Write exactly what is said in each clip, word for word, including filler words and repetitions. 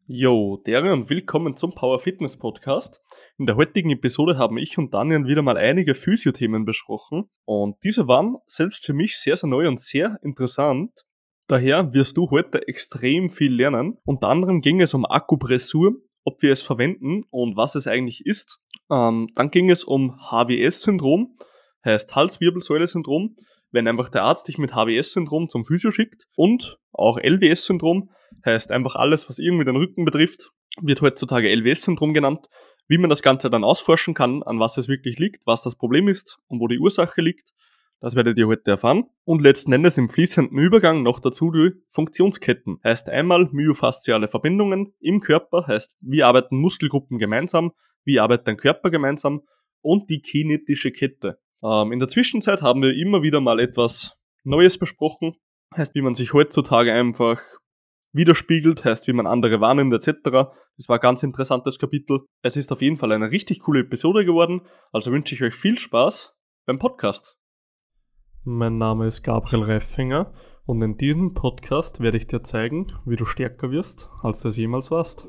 Jo, Dere und willkommen zum Power Fitness Podcast. In der heutigen Episode haben ich und Daniel wieder mal einige Physio-Themen besprochen und diese waren selbst für mich sehr, sehr neu und sehr interessant. Daher wirst du heute extrem viel lernen. Unter anderem ging es um Akupressur, ob wir es verwenden und was es eigentlich ist. Ähm, dann ging es um H W S-Syndrom, heißt Halswirbelsäule-Syndrom, wenn einfach der Arzt dich mit H W S-Syndrom zum Physio schickt, und auch L W S-Syndrom, heißt einfach alles, was irgendwie den Rücken betrifft, wird heutzutage L W S-Syndrom genannt. Wie man das Ganze dann ausforschen kann, an was es wirklich liegt, was das Problem ist und wo die Ursache liegt, das werdet ihr heute erfahren. Und letzten Endes im fließenden Übergang noch dazu die Funktionsketten. Heißt einmal myofasziale Verbindungen im Körper, heißt wie arbeiten Muskelgruppen gemeinsam, wie arbeitet ein Körper gemeinsam, und die kinetische Kette. Ähm, in der Zwischenzeit haben wir immer wieder mal etwas Neues besprochen, heißt wie man sich heutzutage einfach widerspiegelt, heißt wie man andere wahrnimmt et cetera. Das war ein ganz interessantes Kapitel. Es ist auf jeden Fall eine richtig coole Episode geworden, also wünsche ich euch viel Spaß beim Podcast. Mein Name ist Gabriel Reifinger und in diesem Podcast werde ich dir zeigen, wie du stärker wirst, als du es jemals warst.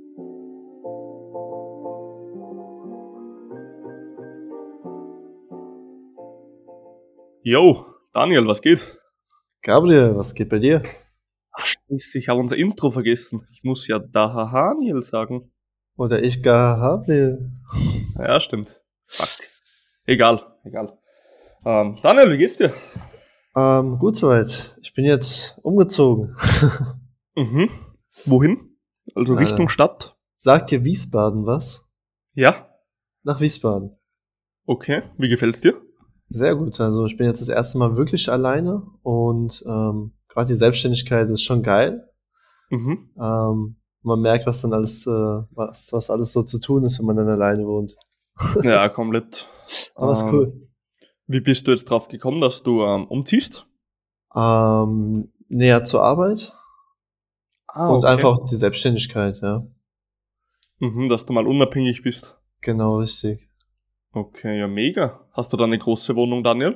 Yo, Daniel, was geht? Gabriel, was geht bei dir? Ach, Scheiße, ich habe unser Intro vergessen. Ich muss ja Daniel sagen. Oder ich Gabriel. Ja, stimmt. Fuck. Egal, egal. Ähm, Daniel, wie geht's dir? Ähm, gut soweit. Ich bin jetzt umgezogen. Mhm. Wohin? Also Äh, Richtung Stadt? Sagt dir Wiesbaden was? Ja. Nach Wiesbaden. Okay, wie gefällt's dir? Sehr gut. Also ich bin jetzt das erste Mal wirklich alleine und ähm, gerade die Selbstständigkeit ist schon geil. Mhm. Ähm, man merkt, was dann alles, äh, was, was alles so zu tun ist, wenn man dann alleine wohnt. Ja, komplett. Aber ist Ähm, cool. Wie bist du jetzt drauf gekommen, dass du ähm, umziehst? Ähm, näher zur Arbeit Ah, und okay. einfach die Selbstständigkeit, ja. Mhm, dass du mal unabhängig bist. Genau, richtig. Okay, ja, mega. Hast du da eine große Wohnung, Daniel?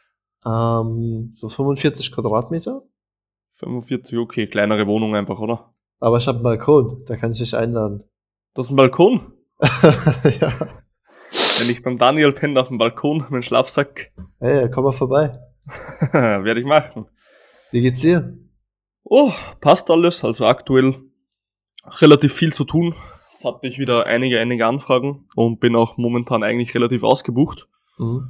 Ähm, so fünfundvierzig Quadratmeter. fünfundvierzig, okay, kleinere Wohnung einfach, oder? Aber ich habe einen Balkon, da kann ich dich einladen. Du hast einen Balkon? Ja. Wenn ich beim Daniel penne auf dem Balkon, mein Schlafsack, Hey, komm mal vorbei. werde ich machen. Wie geht's dir? Oh, passt alles. Also aktuell relativ viel zu tun. Jetzt hatte ich wieder einige, einige Anfragen und bin auch momentan eigentlich relativ ausgebucht. Mhm.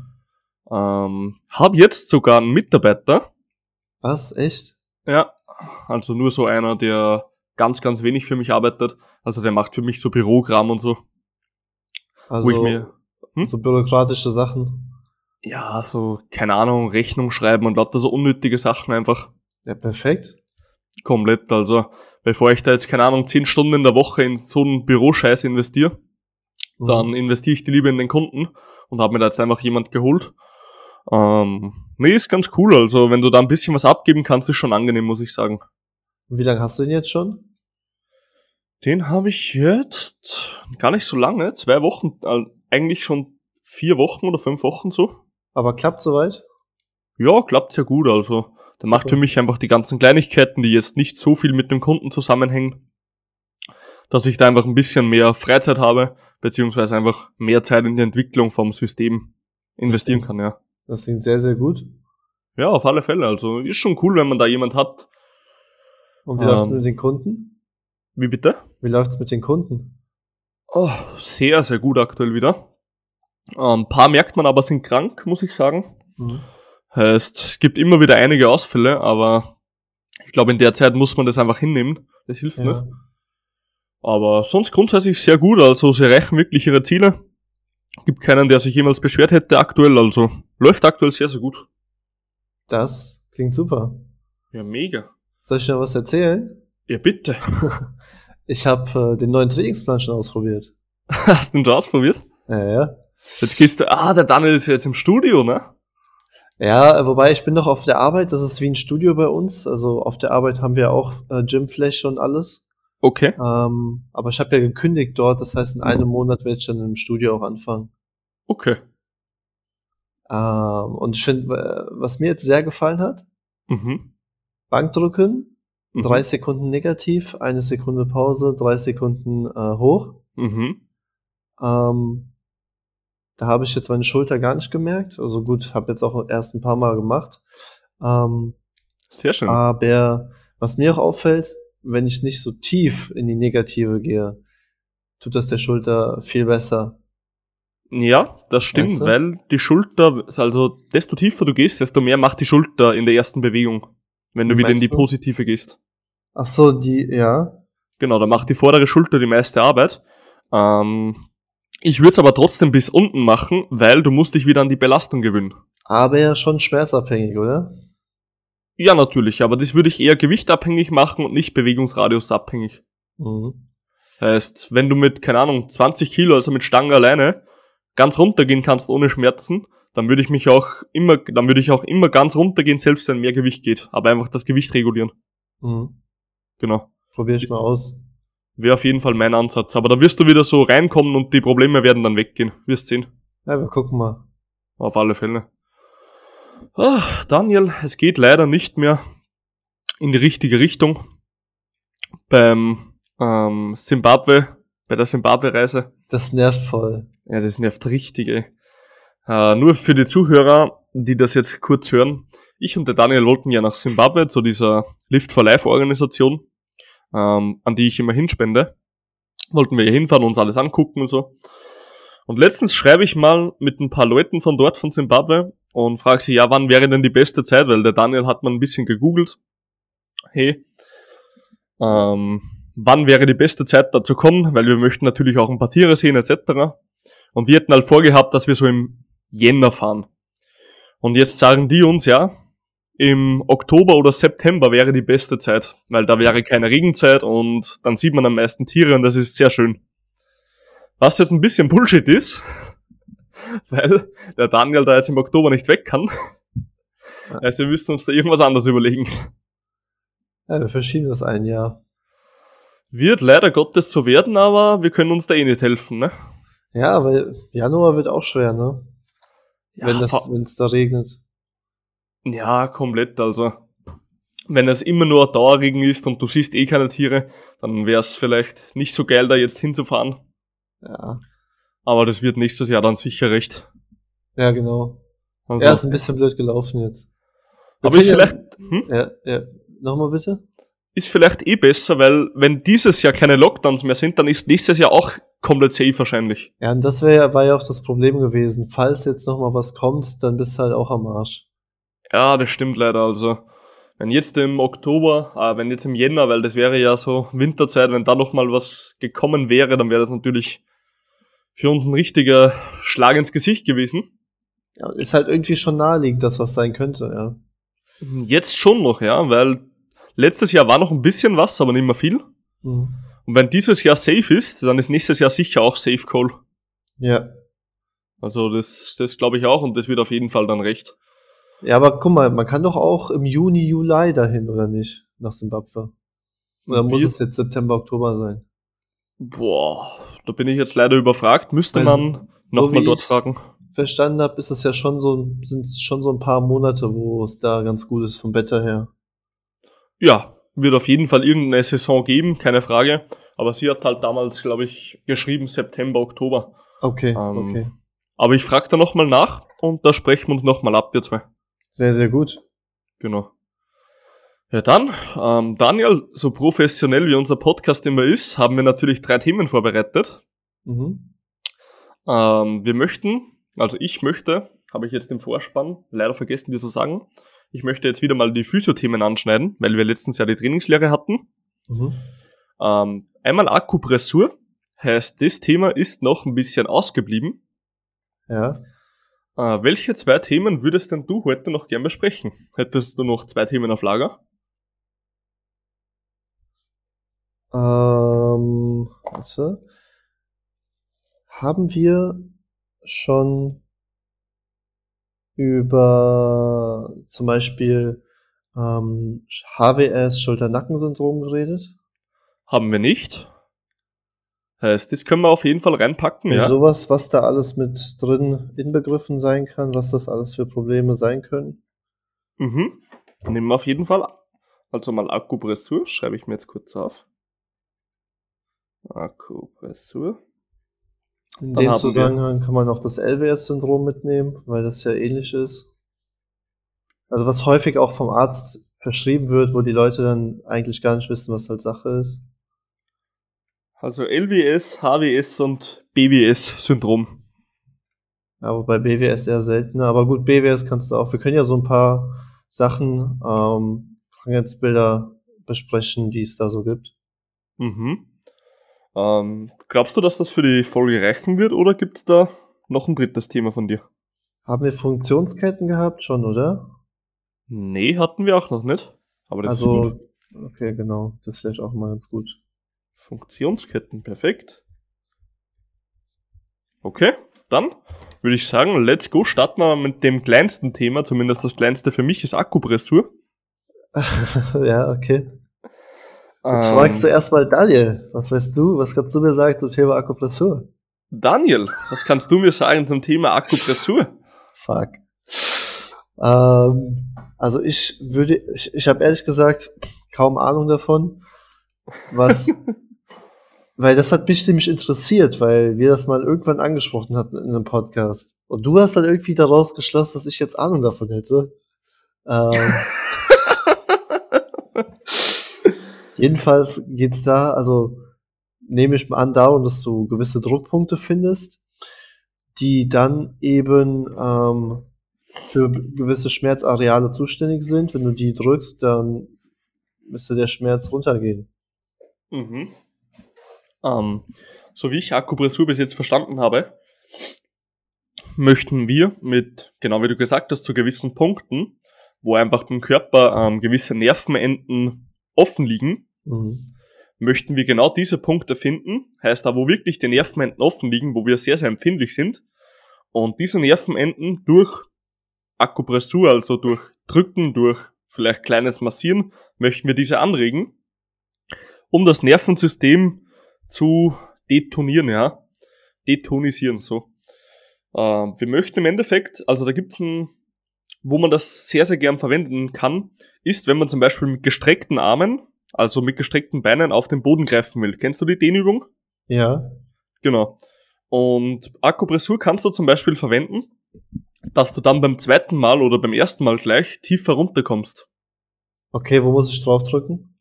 Ähm, hab jetzt sogar einen Mitarbeiter. Was? Echt? Ja, also nur so einer, der ganz, ganz wenig für mich arbeitet. Also der macht für mich so Bürokram und so. Also, Wo ich mir, hm? so bürokratische Sachen. ja, so, keine Ahnung, Rechnung schreiben und lauter so unnötige Sachen einfach. Ja, perfekt. Komplett, also bevor ich da jetzt, keine Ahnung, zehn Stunden in der Woche in so einen Büroscheiß investiere, Mhm. dann investiere ich die lieber in den Kunden und habe mir da jetzt einfach jemand geholt. Ähm, nee, ist ganz cool, also wenn du da ein bisschen was abgeben kannst, ist schon angenehm, muss ich sagen. Und wie lange hast du den jetzt schon? Den habe ich jetzt gar nicht so lange, zwei Wochen, äh, eigentlich schon vier Wochen oder fünf Wochen so. Aber klappt soweit? Ja, klappt sehr gut, also der macht Super. für mich einfach die ganzen Kleinigkeiten, die jetzt nicht so viel mit dem Kunden zusammenhängen, dass ich da einfach ein bisschen mehr Freizeit habe, beziehungsweise einfach mehr Zeit in die Entwicklung vom System investieren kann, ja. Das klingt sehr, sehr gut. Ja, auf alle Fälle, also ist schon cool, wenn man da jemand hat. Und wie läuft's Ähm, mit den Kunden? Wie bitte? Wie läuft's mit den Kunden? Oh, sehr, sehr gut aktuell wieder. Ein paar merkt man aber sind krank, muss ich sagen. Mhm. Heißt, es gibt immer wieder einige Ausfälle, aber ich glaube, in der Zeit muss man das einfach hinnehmen. Das hilft Ja. nicht. Aber sonst grundsätzlich sehr gut, also sie erreichen wirklich ihre Ziele. Gibt keinen, der sich jemals beschwert hätte aktuell, also läuft aktuell sehr, sehr gut. Das klingt super. Ja, mega. Soll ich dir noch was erzählen? Ja, bitte. Ich habe äh, den neuen Trainingsplan schon ausprobiert. Hast du den schon ausprobiert? Ja, ja. Jetzt gehst du, ah, der Daniel ist ja jetzt im Studio, ne? Ja, wobei ich bin noch auf der Arbeit, das ist wie ein Studio bei uns. Also auf der Arbeit haben wir auch äh, Gymfläche und alles. Okay. Ähm, aber ich habe ja gekündigt dort, das heißt in einem Monat werde ich dann im Studio auch anfangen. Okay. Ähm, und ich finde, was mir jetzt sehr gefallen hat, Mhm. Bankdrücken Mhm. drei Sekunden negativ, eine Sekunde Pause, drei Sekunden äh, hoch. Mhm. Ähm, da habe ich jetzt meine Schulter gar nicht gemerkt. Also gut, habe jetzt auch erst ein paar Mal gemacht. Ähm, Sehr schön. aber was mir auch auffällt, wenn ich nicht so tief in die Negative gehe, tut das der Schulter viel besser. Ja, das stimmt, Weißt du? weil die Schulter, also desto tiefer du gehst, desto mehr macht die Schulter in der ersten Bewegung, wenn du Wie wieder in die meinst du? Positive gehst. Ach so, die, ja. Genau, da macht die vordere Schulter die meiste Arbeit. Ähm, ich würde es aber trotzdem bis unten machen, weil du musst dich wieder an die Belastung gewöhnen. Aber ja schon schmerzabhängig, oder? Ja, natürlich, aber das würde ich eher gewichtabhängig machen und nicht bewegungsradiusabhängig. Mhm. Heißt, wenn du mit, keine Ahnung, zwanzig Kilo, also mit Stange alleine, ganz runtergehen kannst ohne Schmerzen, dann würde ich mich auch immer, dann würde ich auch immer ganz runtergehen, selbst wenn mehr Gewicht geht. Aber einfach das Gewicht regulieren. Mhm. Genau. Probier ich mal aus. Wäre auf jeden Fall mein Ansatz. Aber da wirst du wieder so reinkommen und die Probleme werden dann weggehen. Wirst sehen. Ja, wir gucken mal. Auf alle Fälle. Ah, Daniel, es geht leider nicht mehr in die richtige Richtung. Beim ähm, Zimbabwe, bei der Zimbabwe-Reise. Das nervt voll. Ja, das nervt richtig, ey. Äh, nur für die Zuhörer, die das jetzt kurz hören. Ich und der Daniel wollten ja nach Zimbabwe zu dieser Lift for Life Organisation, ähm, an die ich immer hinspende. Wollten wir hier hinfahren, uns alles angucken und so. Und letztens schreibe ich mal mit ein paar Leuten von dort, von Zimbabwe, und frage sie, ja, wann wäre denn die beste Zeit? Weil der Daniel hat mal ein bisschen gegoogelt. Hey, ähm, wann wäre die beste Zeit da zu kommen? Weil wir möchten natürlich auch ein paar Tiere sehen, et cetera. Und wir hätten halt vorgehabt, dass wir so im Jänner fahren. Und jetzt sagen die uns, ja, im Oktober oder September wäre die beste Zeit, weil da wäre keine Regenzeit und dann sieht man am meisten Tiere und das ist sehr schön. Was jetzt ein bisschen Bullshit ist, weil der Daniel da jetzt im Oktober nicht weg kann. Also wir müssen uns da irgendwas anderes überlegen. Ja, wir verschieben das ein Jahr. Wird leider Gottes so werden, aber wir können uns da eh nicht helfen, ne? Ja, weil Januar wird auch schwer, ne? Ja, wenn das, fa- wenn es da regnet. ja, komplett, also. Wenn es immer nur Dauerregen ist und du siehst eh keine Tiere, dann wäre es vielleicht nicht so geil, da jetzt hinzufahren. Ja. Aber das wird nächstes Jahr dann sicher recht. Ja, genau. Also, Ja, ist ein bisschen blöd gelaufen jetzt. Wir aber ist können ja- vielleicht, hm, Ja, ja. Nochmal bitte? ist vielleicht eh besser, weil wenn dieses Jahr keine Lockdowns mehr sind, dann ist nächstes Jahr auch komplett safe wahrscheinlich. Ja, und das wäre ja, war ja auch das Problem gewesen. Falls jetzt nochmal was kommt, dann bist du halt auch am Arsch. Ja, das stimmt leider. Also, wenn jetzt im Oktober, äh, wenn jetzt im Jänner, weil das wäre ja so Winterzeit, wenn da nochmal was gekommen wäre, dann wäre das natürlich für uns ein richtiger Schlag ins Gesicht gewesen. Ja, ist halt irgendwie schon naheliegend, dass was sein könnte, ja. Jetzt schon noch, ja, weil letztes Jahr war noch ein bisschen was, aber nicht mehr viel. Mhm. Und wenn dieses Jahr safe ist, dann ist nächstes Jahr sicher auch safe Call. Ja. Also das, das glaube ich auch und das wird auf jeden Fall dann recht. Ja, aber guck mal, man kann doch auch im Juni, Juli dahin, oder nicht? Nach Simbabwe. Oder muss Wir- es jetzt September, Oktober sein? Boah, da bin ich jetzt leider überfragt. Müsste Weil man so nochmal wie dort ich's fragen. Verstanden habe, ist es ja schon so, sind es schon so ein paar Monate, wo es da ganz gut ist vom Wetter her. Ja, wird auf jeden Fall irgendeine Saison geben, keine Frage. Aber sie hat halt damals, glaube ich, geschrieben September, Oktober. Okay, Ähm, okay. Aber ich frage da nochmal nach und da sprechen wir uns nochmal ab, wir zwei. Sehr, sehr gut. Genau. Ja dann, ähm, Daniel, so professionell wie unser Podcast immer ist, haben wir natürlich drei Themen vorbereitet. Mhm. Ähm, wir möchten, also ich möchte, habe ich jetzt im Vorspann leider vergessen dir zu sagen, ich möchte jetzt wieder mal die Physiothemen anschneiden, weil wir letztens ja die Trainingslehre hatten. Mhm. Ähm, einmal Akupressur, heißt das Thema ist noch ein bisschen ausgeblieben. Ja. Äh, welche zwei Themen würdest denn du heute noch gern besprechen? Hättest du noch zwei Themen auf Lager? Ähm, warte. Haben wir schon über zum Beispiel ähm, H W S, Schulter-Nacken-Syndrom geredet? Haben wir nicht. Heißt, das können wir auf jeden Fall reinpacken, Ja. ja. Sowas, was da alles mit drin inbegriffen sein kann, was das alles für Probleme sein können. Mhm. Nehmen wir auf jeden Fall Also mal Akupressur, schreibe ich mir jetzt kurz auf. Akupressur. In Dann dem haben wir- Zusammenhang kann man auch das L W S-Syndrom mitnehmen, weil das ja ähnlich ist. Also was häufig auch vom Arzt verschrieben wird, wo die Leute dann eigentlich gar nicht wissen, was halt Sache ist. Also L W S, H W S und B W S-Syndrom. Ja, wobei B W S eher seltener. Aber gut, B W S kannst du auch. Wir können ja so ein paar Sachen, ähm, Krankheitsbilder besprechen, die es da so gibt. Mhm. Ähm, glaubst du, dass das für die Folge reichen wird oder gibt's da noch ein drittes Thema von dir? Haben wir Funktionsketten gehabt schon, oder? Nee, hatten wir auch noch nicht. Aber das ist gut. Also, okay, genau. Das ist vielleicht auch mal ganz gut. Funktionsketten, perfekt. Okay, dann würde ich sagen, let's go. Starten wir mit dem kleinsten Thema, zumindest das kleinste für mich ist Akupressur. Ja, okay. Jetzt Ähm, fragst du erstmal Daniel. Was weißt du? Was kannst du mir sagen zum Thema Akupressur? Daniel, was kannst du mir sagen zum Thema Akupressur? Fuck. Ähm, also ich würde, ich, ich habe ehrlich gesagt kaum Ahnung davon, was, weil das hat mich nämlich interessiert, weil wir das mal irgendwann angesprochen hatten in einem Podcast. Und du hast dann irgendwie daraus geschlossen, dass ich jetzt Ahnung davon hätte. Ähm, jedenfalls geht's da, also nehme ich mal an, darum, dass du gewisse Druckpunkte findest, die dann eben ähm, für gewisse Schmerzareale zuständig sind. Wenn du die drückst, dann müsste der Schmerz runtergehen. Mhm. Ähm, so wie ich Akupressur bis jetzt verstanden habe, möchten wir mit, genau wie du gesagt hast, zu gewissen Punkten, wo einfach im Körper ähm, gewisse Nervenenden offen liegen, Mhm. möchten wir genau diese Punkte finden, heißt da, wo wirklich die Nervenenden offen liegen, wo wir sehr, sehr empfindlich sind, und diese Nervenenden durch Akupressur, also durch Drücken, durch vielleicht kleines Massieren, möchten wir diese anregen, um das Nervensystem zu detonieren, ja, detonisieren, so. Ähm, wir möchten im Endeffekt, also da gibt's ein, wo man das sehr, sehr gern verwenden kann, ist, wenn man zum Beispiel mit gestreckten Armen, also mit gestreckten Beinen auf den Boden greifen will. Kennst du die Dehnübung? Ja. Genau. Und Akupressur kannst du zum Beispiel verwenden, dass du dann beim zweiten Mal oder beim ersten Mal gleich tiefer runterkommst. Okay, wo muss ich draufdrücken?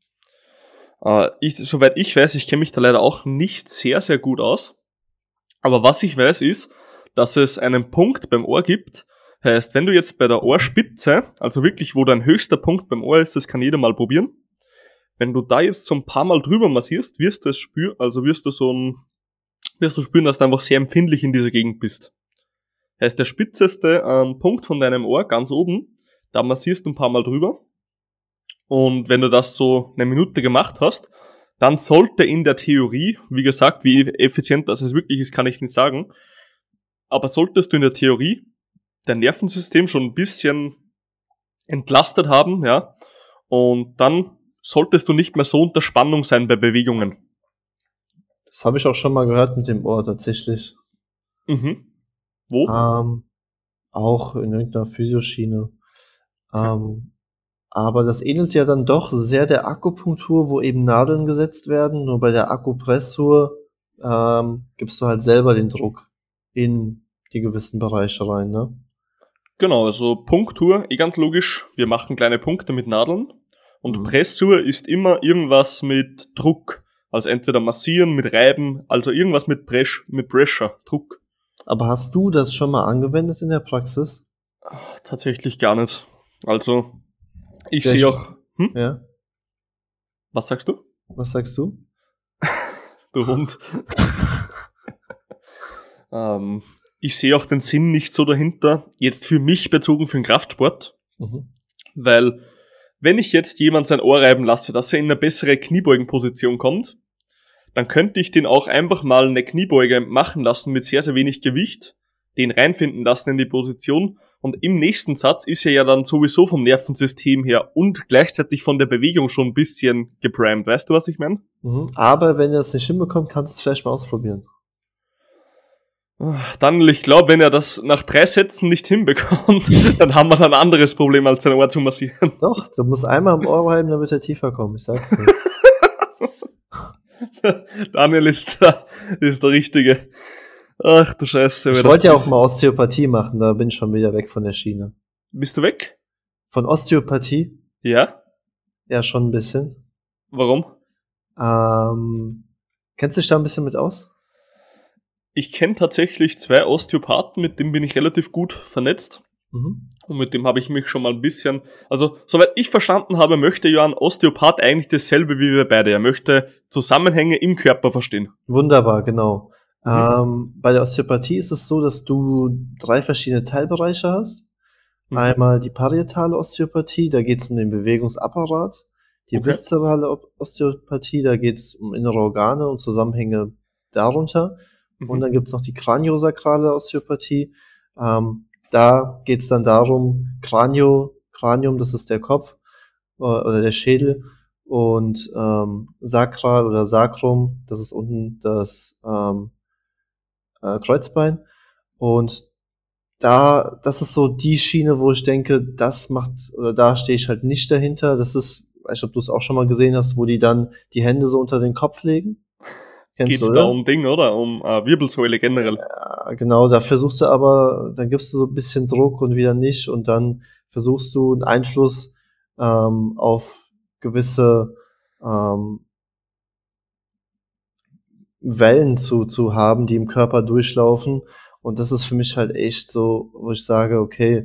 Äh, ich, soweit ich weiß, ich kenne mich da leider auch nicht sehr, sehr gut aus. Aber was ich weiß ist, dass es einen Punkt beim Ohr gibt. Heißt, wenn du jetzt bei der Ohrspitze, also wirklich wo dein höchster Punkt beim Ohr ist, das kann jeder mal probieren. Wenn du da jetzt so ein paar Mal drüber massierst, wirst du es spüren, also wirst du so ein, wirst du spüren, dass du einfach sehr empfindlich in dieser Gegend bist. Heißt, der spitzeste ähm, Punkt von deinem Ohr, ganz oben, da massierst du ein paar Mal drüber. Und wenn du das so eine Minute gemacht hast, dann sollte in der Theorie, wie gesagt, wie effizient das es wirklich ist, kann ich nicht sagen, aber solltest du in der Theorie dein Nervensystem schon ein bisschen entlastet haben, ja, und dann solltest du nicht mehr so unter Spannung sein bei Bewegungen. Das habe ich auch schon mal gehört mit dem Ohr tatsächlich. Mhm. Wo? Ähm, auch in irgendeiner Physioschiene. Ähm, aber das ähnelt ja dann doch sehr der Akupunktur, wo eben Nadeln gesetzt werden. Nur bei der Akupressur ähm, gibst du halt selber den Druck in die gewissen Bereiche rein, ne? Genau, also Punktur, eh ganz logisch, wir machen kleine Punkte mit Nadeln. Und Mhm. Pressur ist immer irgendwas mit Druck. Also entweder massieren, mit reiben, also irgendwas mit, Presh, mit Pressure, Druck. Aber hast du das schon mal angewendet in der Praxis? Ach, tatsächlich gar nicht. Also, ich Ja, ich- sehe auch... Hm? Ja. Was sagst du? Was sagst du? Du Hund. ähm, ich sehe auch den Sinn nicht so dahinter, jetzt für mich bezogen für den Kraftsport, Mhm. weil wenn ich jetzt jemand sein Ohr reiben lasse, dass er in eine bessere Kniebeugenposition kommt, dann könnte ich den auch einfach mal eine Kniebeuge machen lassen mit sehr, sehr wenig Gewicht, den reinfinden lassen in die Position, und im nächsten Satz ist er ja dann sowieso vom Nervensystem her und gleichzeitig von der Bewegung schon ein bisschen geprimed. Weißt du, was ich meine? Mhm. Aber wenn er es nicht hinbekommt, kannst du es vielleicht mal ausprobieren. Daniel, ich glaube, wenn er das nach drei Sätzen nicht hinbekommt, dann haben wir dann ein anderes Problem, als sein Ohr zu massieren. Doch, du musst einmal am Ohr reiben, dann wird er tiefer kommen, ich sag's dir. Daniel ist der, ist der Richtige. Ach du Scheiße. Ich wollte ja auch mal Osteopathie machen, da bin ich schon wieder weg von der Schiene. Bist du weg? Von Osteopathie? Ja. Ja, schon ein bisschen. Warum? Ähm, kennst du dich da ein bisschen mit aus? Ich kenne tatsächlich zwei Osteopathen, mit denen bin ich relativ gut vernetzt. Mhm. Und mit dem habe ich mich schon mal ein bisschen, also soweit ich verstanden habe, möchte ja ein Osteopath eigentlich dasselbe wie wir beide. Er möchte Zusammenhänge im Körper verstehen. Wunderbar, genau. Mhm. Ähm, bei der Osteopathie ist es so, dass du drei verschiedene Teilbereiche hast. Mhm. Einmal die parietale Osteopathie, da geht es um den Bewegungsapparat. Die Okay. viszerale Osteopathie, da geht es um innere Organe und Zusammenhänge darunter. Mhm. Und dann gibt es noch die kraniosakrale Osteopathie. Ähm, da geht es dann darum, Kranio, Kranium, das ist der Kopf äh, oder der Schädel, und ähm, Sakral oder Sacrum, das ist unten das ähm, äh, Kreuzbein. Und da, das ist so die Schiene, wo ich denke, das macht, oder da stehe ich halt nicht dahinter. Das ist, ich weiß nicht, ob du es auch schon mal gesehen hast, wo die dann die Hände so unter den Kopf legen. Kennst Geht's du, da oder? um Ding, oder? Um äh, Wirbelsäule generell. Ja, genau, da versuchst du aber, dann gibst du so ein bisschen Druck und wieder nicht, und dann versuchst du einen Einfluss ähm, auf gewisse ähm, Wellen zu, zu haben, die im Körper durchlaufen. Und das ist für mich halt echt so, wo ich sage, okay,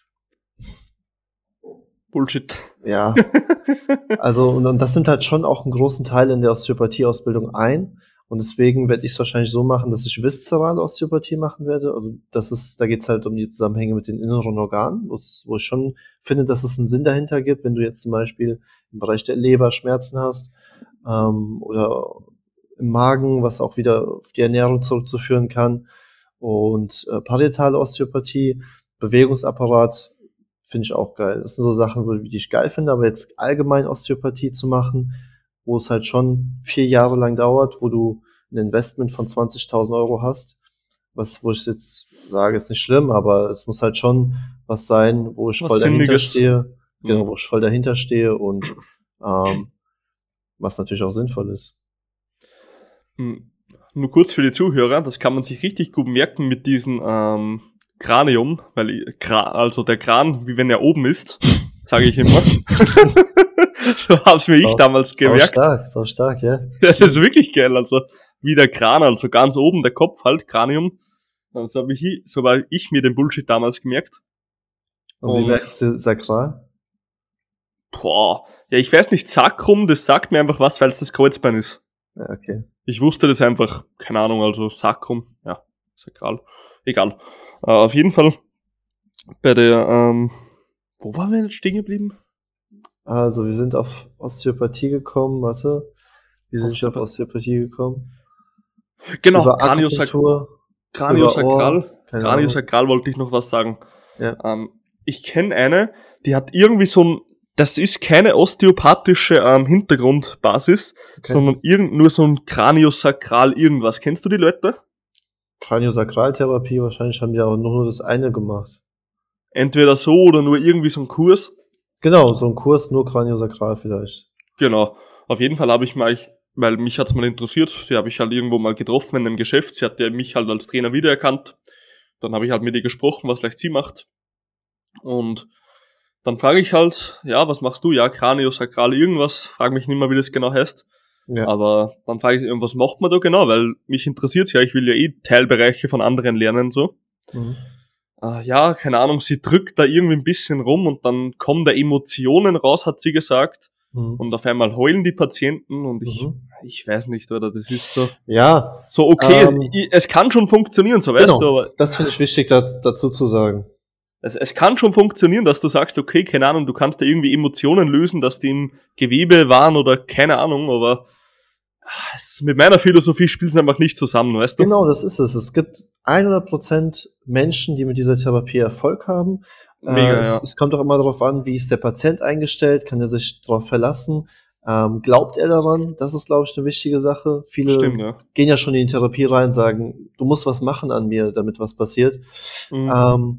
Bullshit. ja, also, und, und das nimmt halt schon auch einen großen Teil in der Osteopathie-Ausbildung ein. Und deswegen werde ich es wahrscheinlich so machen, dass ich viszerale Osteopathie machen werde. Also das ist, da geht es halt um die Zusammenhänge mit den inneren Organen, wo ich schon finde, dass es einen Sinn dahinter gibt, wenn du jetzt zum Beispiel im Bereich der Leber Schmerzen hast ähm, oder im Magen, was auch wieder auf die Ernährung zurückzuführen kann. Und äh, parietale Osteopathie, Bewegungsapparat, finde ich auch geil. Das sind so Sachen, die ich geil finde, aber jetzt allgemein Osteopathie zu machen, wo es halt schon vier Jahre lang dauert, wo du ein Investment von zwanzigtausend Euro hast, was, wo ich jetzt sage, ist nicht schlimm, aber es muss halt schon was sein, wo ich Was voll dahinter Sinniges. stehe, genau, Mhm. wo ich voll dahinter stehe und ähm, was natürlich auch sinnvoll ist. Hm. Nur kurz für die Zuhörer, das kann man sich richtig gut merken mit diesem ähm, Kranium, weil ich- Kra- also der Kran, wie wenn er oben ist, sage ich immer. So hab's mir ich Sau- damals Sau gemerkt. stark, sau stark, ja. Das ist wirklich geil, also wie der Kran, also ganz oben der Kopf halt, Kranium. So habe ich, so war ich mir den Bullshit damals gemerkt. Und, wie Und- merkst du Sakral? Boah, ja, ich weiß nicht, Sacrum, das sagt mir einfach was, weil es das Kreuzbein ist. Ja, okay. Ich wusste das einfach, keine Ahnung, also Sacrum, ja, Sakral, egal. Äh, auf jeden Fall bei der, ähm, wo waren wir jetzt stehen geblieben? Also, wir sind auf Osteopathie gekommen, warte. Wie sind wir auf Osteopath- Osteopathie gekommen? Genau, Über Kraniosak Akupunktur. Kraniosakral, über Ohr, keine Kraniosakral wollte ich noch was sagen. Ja. Ähm, ich kenne eine, die hat irgendwie so ein, das ist keine osteopathische ähm, Hintergrundbasis, Okay. sondern irgend, nur so ein Kraniosakral irgendwas. Kennst du die Leute? Kraniosakraltherapie, wahrscheinlich haben die auch nur das eine gemacht. Entweder so oder nur irgendwie so ein Kurs. Genau, so ein Kurs, nur Kraniosakral vielleicht. Genau. Auf jeden Fall habe ich mal, weil mich hat's mal interessiert, die habe ich halt irgendwo mal getroffen in einem Geschäft. Sie hat ja mich halt als Trainer wiedererkannt. Dann habe ich halt mit ihr gesprochen, was vielleicht sie macht. Und dann frage ich halt, ja, was machst du? Ja, Kraniosakral irgendwas. Frag mich nicht mehr, wie das genau heißt. Ja. Aber dann frage ich, was macht man da genau? Weil mich interessiert's ja, ich will ja eh Teilbereiche von anderen lernen, so. Mhm. Ah, ja, keine Ahnung, sie drückt da irgendwie ein bisschen rum und dann kommen da Emotionen raus, hat sie gesagt. Mhm. Und auf einmal heulen die Patienten und ich, Mhm. ich weiß nicht, oder das ist so, Ja, so okay, Ähm, i- es kann schon funktionieren, so weißt genau. du, aber Das finde ich wichtig da, dazu zu sagen. es, es kann schon funktionieren, dass du sagst, okay, keine Ahnung, du kannst da irgendwie Emotionen lösen, dass die im Gewebe waren oder keine Ahnung, aber ah, es, mit meiner Philosophie spielt es einfach nicht zusammen, weißt du? Genau, das ist es. Es gibt hundert Prozent Menschen, die mit dieser Therapie Erfolg haben. Mega, äh, es, ja. es kommt auch immer darauf an, wie ist der Patient eingestellt, kann er sich darauf verlassen. Ähm, glaubt er daran? Das ist, glaube ich, eine wichtige Sache. Viele Stimmt, ja. gehen ja schon in die Therapie rein, sagen, du musst was machen an mir, damit was passiert. Mhm. Ähm,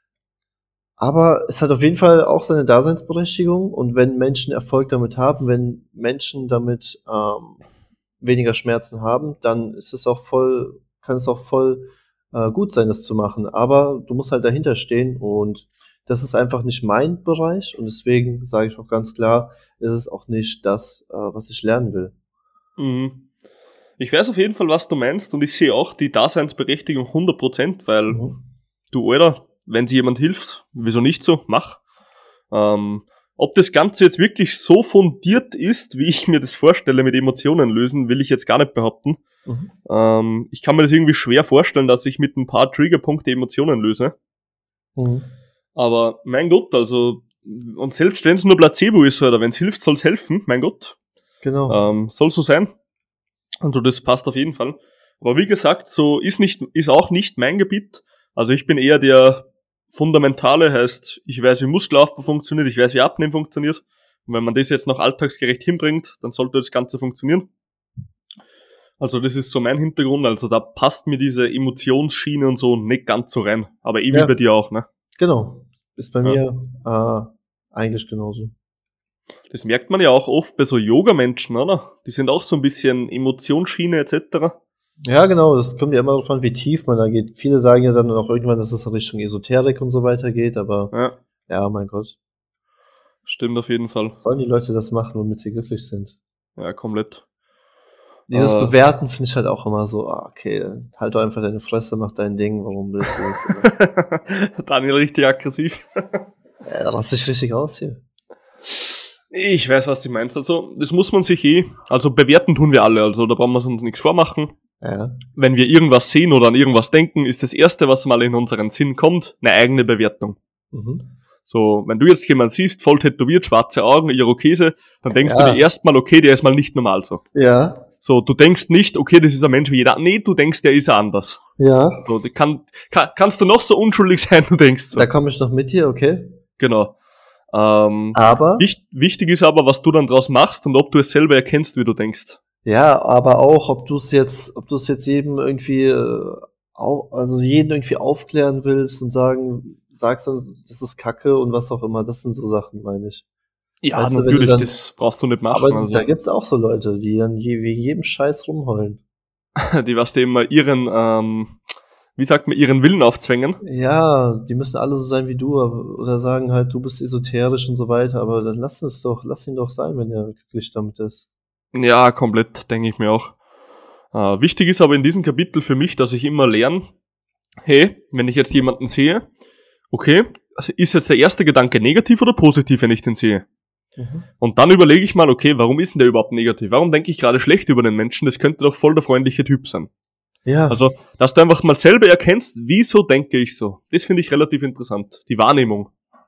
aber es hat auf jeden Fall auch seine Daseinsberechtigung. Und wenn Menschen Erfolg damit haben, wenn Menschen damit ähm, weniger Schmerzen haben, dann ist es auch voll, kann es auch voll äh, gut sein, das zu machen. Aber du musst halt dahinter stehen und das ist einfach nicht mein Bereich und deswegen sage ich auch ganz klar, ist es auch nicht das, äh, was ich lernen will. Mhm. Ich weiß auf jeden Fall, was du meinst und ich sehe auch die Daseinsberechtigung hundert Prozent, weil Mhm. du, Alter, wenn dir jemand hilft, wieso nicht so? Mach. Ähm, ob das Ganze jetzt wirklich so fundiert ist, wie ich mir das vorstelle, mit Emotionen lösen, will ich jetzt gar nicht behaupten. Mhm. Ähm, ich kann mir das irgendwie schwer vorstellen, dass ich mit ein paar Triggerpunkte Emotionen löse. Mhm. Aber mein Gott, also, und selbst wenn es nur Placebo ist, oder wenn es hilft, soll es helfen, mein Gott. Genau. Ähm, soll so sein. Also das passt auf jeden Fall. Aber wie gesagt, so ist nicht, ist auch nicht mein Gebiet. Also ich bin eher der Fundamentale, heißt, ich weiß, wie Muskelaufbau funktioniert, ich weiß, wie Abnehmen funktioniert. Und wenn man das jetzt noch alltagsgerecht hinbringt, dann sollte das Ganze funktionieren. Also das ist so mein Hintergrund. Also da passt mir diese Emotionsschiene und so nicht ganz so rein. Aber eh wie Ja. bei dir auch, ne? Genau. Ist bei Ja. mir äh, eigentlich genauso. Das merkt man ja auch oft bei so Yoga-Menschen, oder? Die sind auch so ein bisschen Emotionsschiene et cetera. Ja, genau, das kommt ja immer darauf an, wie tief man da geht. Viele sagen ja dann auch irgendwann, dass es in Richtung Esoterik und so weiter geht, aber Ja, ja, mein Gott. stimmt auf jeden Fall. Sollen die Leute das machen, womit sie glücklich sind? Ja, komplett. Dieses Äh. Bewerten finde ich halt auch immer so, ah, okay, halt doch einfach deine Fresse, mach dein Ding, warum willst du das? Daniel richtig aggressiv. Ja, lass dich richtig aus hier. Ich weiß, was du meinst. Also, das muss man sich eh, also bewerten tun wir alle, also da brauchen wir uns nichts vormachen. Ja. Wenn wir irgendwas sehen oder an irgendwas denken, ist das Erste, was mal in unseren Sinn kommt, eine eigene Bewertung. Mhm. So, wenn du jetzt jemanden siehst, voll tätowiert, schwarze Augen, Irokese, dann denkst Ja. du dir erstmal, okay, der ist mal nicht normal so. Ja. So, du denkst nicht, okay, das ist ein Mensch wie jeder. Nee, du denkst, der ist anders. Ja. So, die kann, kann, kannst du noch so unschuldig sein, du denkst so. Da komme ich noch mit dir, okay. Genau. Ähm, Aber, wichtig, wichtig ist aber, was du dann draus machst und ob du es selber erkennst, wie du denkst. ja, aber auch, ob du es jetzt, ob du es jetzt jedem irgendwie, äh, au, also jeden irgendwie aufklären willst und sagen, sagst dann, das ist Kacke und was auch immer, das sind so Sachen, meine ich. Ja, Weißt du, wenn du natürlich, dann- das brauchst du nicht machen. Aber Also. da gibt's auch so Leute, die dann je, wegen jedem Scheiß rumheulen. Die, was dem immer ihren, ähm, wie sagt man, ihren Willen aufzwängen. Ja, die müssen alle so sein wie du, aber- oder sagen halt, du bist esoterisch und so weiter, aber dann lass es doch, lass ihn doch sein, wenn er glücklich damit ist. Ja, komplett, denke ich mir auch. Äh, wichtig ist aber in diesem Kapitel für mich, dass ich immer lerne, hey, wenn ich jetzt jemanden sehe, okay, also ist jetzt der erste Gedanke negativ oder positiv, wenn ich den sehe? Mhm. Und dann überlege ich mal, okay, warum ist denn der überhaupt negativ? Warum denke ich gerade schlecht über den Menschen? Das könnte doch voll der freundliche Typ sein. Ja, Also, dass du einfach mal selber erkennst, wieso denke ich so. Das finde ich relativ interessant. Die Wahrnehmung.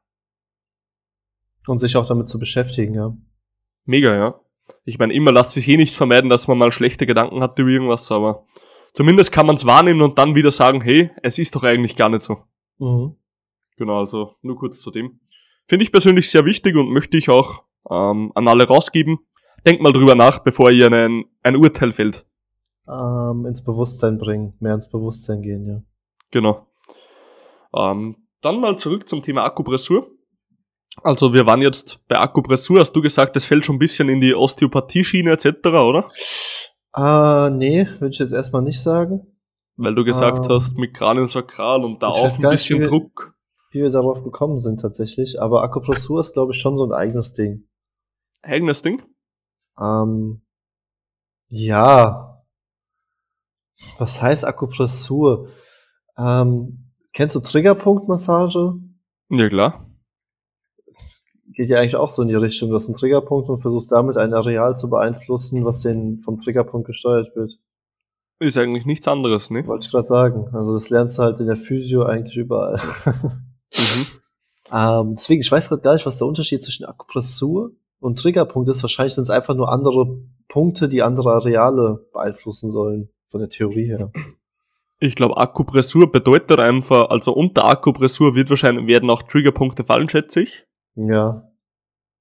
und sich auch damit zu beschäftigen, ja. Mega, ja. Ich meine, immer lässt sich eh nicht vermeiden, dass man mal schlechte Gedanken hat über irgendwas, aber zumindest kann man es wahrnehmen und dann wieder sagen, hey, es ist doch eigentlich gar nicht so. Mhm. Genau, also nur kurz zu dem. Finde ich persönlich sehr wichtig und möchte ich auch ähm, an alle rausgeben. Denkt mal drüber nach, bevor ihr ein, ein Urteil fällt. Ähm, ins Bewusstsein bringen, mehr ins Bewusstsein gehen, ja. Genau. Ähm, dann mal zurück zum Thema Akupressur. Also wir waren jetzt bei Akupressur, hast du gesagt, das fällt schon ein bisschen in die Osteopathie-Schiene et cetera, oder? Ah, nee, würde ich jetzt erstmal nicht sagen. Weil du gesagt Ähm, hast, mit Kraniensakral und da ich auch weiß ein gar nicht, bisschen wie wir- Druck. Wie wir darauf gekommen sind tatsächlich, aber Akupressur ist, glaube ich, schon so ein eigenes Ding. Eigenes Ding? Ähm, ja. Was heißt Akupressur? Ähm, kennst du Triggerpunktmassage? Ja, klar. Geht ja eigentlich auch so in die Richtung. Du hast einen Triggerpunkt und versuchst damit ein Areal zu beeinflussen, was den vom Triggerpunkt gesteuert wird. Ist eigentlich nichts anderes, ne? Wollte ich gerade sagen. Also das lernst du halt in der Physio eigentlich überall. Mhm. ähm, deswegen, ich weiß gerade gar nicht, was der Unterschied zwischen Akupressur und Triggerpunkt ist. Wahrscheinlich sind es einfach nur andere Punkte, die andere Areale beeinflussen sollen, von der Theorie her. Ich glaube, Akupressur bedeutet einfach, also unter Akupressur wird wahrscheinlich, werden auch Triggerpunkte fallen, schätze ich. Ja.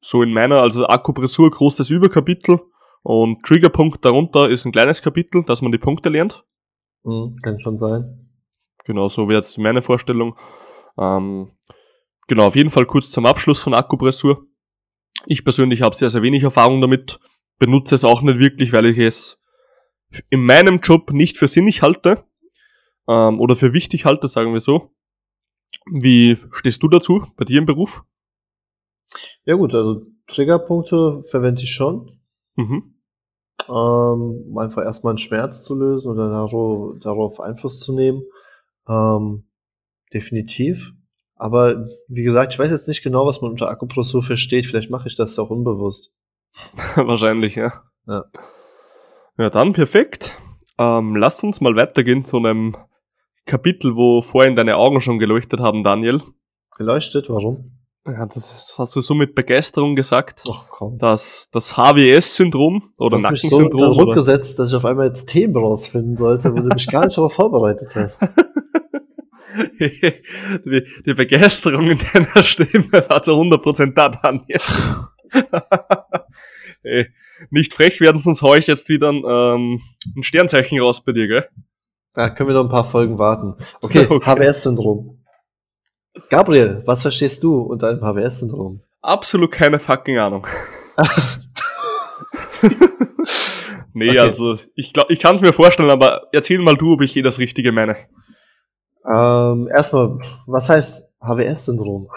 so in meiner, also Akupressur, großes Überkapitel und Triggerpunkt darunter ist ein kleines Kapitel, dass man die Punkte lernt. Mhm, kann schon sein. Genau, so wäre jetzt meine Vorstellung. Ähm, genau, auf jeden Fall kurz zum Abschluss von Akupressur. Ich persönlich habe sehr, sehr wenig Erfahrung damit, benutze es auch nicht wirklich, weil ich es in meinem Job nicht für sinnig halte ähm, oder für wichtig halte, sagen wir so. Wie stehst du dazu bei dir im Beruf? Ja gut, also Triggerpunkte verwende ich schon, Mhm. ähm, um einfach erstmal einen Schmerz zu lösen oder daro darauf Einfluss zu nehmen. Ähm, definitiv. Aber wie gesagt, ich weiß jetzt nicht genau, was man unter Akupressur versteht. Vielleicht mache ich das auch unbewusst. Wahrscheinlich, ja. Ja. Ja, dann perfekt. Ähm, lass uns mal weitergehen zu einem Kapitel, wo vorhin deine Augen schon geleuchtet haben, Daniel. Geleuchtet, warum? Ja, das ist, hast du so mit Begeisterung gesagt, Ach komm. dass das H W S-Syndrom oder Du hast mich so unter Nackensyndrom Druck oder gesetzt, dass ich auf einmal jetzt Themen rausfinden sollte, wo du mich gar nicht darauf vorbereitet hast. die, die Begeisterung in deiner Stimme war zu hundert Prozent da, Daniel. Hey, nicht frech werden, sonst hau ich jetzt wieder ein, ähm, ein Sternzeichen raus bei dir, gell? Da können wir noch ein paar Folgen warten. Okay, Okay. H W S-Syndrom. Gabriel, was verstehst du unter einem H W S-Syndrom? Absolut keine fucking Ahnung. Nee, Okay. also ich glaube, ich kann es mir vorstellen, aber erzähl mal du, ob ich eh das Richtige meine. Ähm, erstmal, was heißt H W S-Syndrom?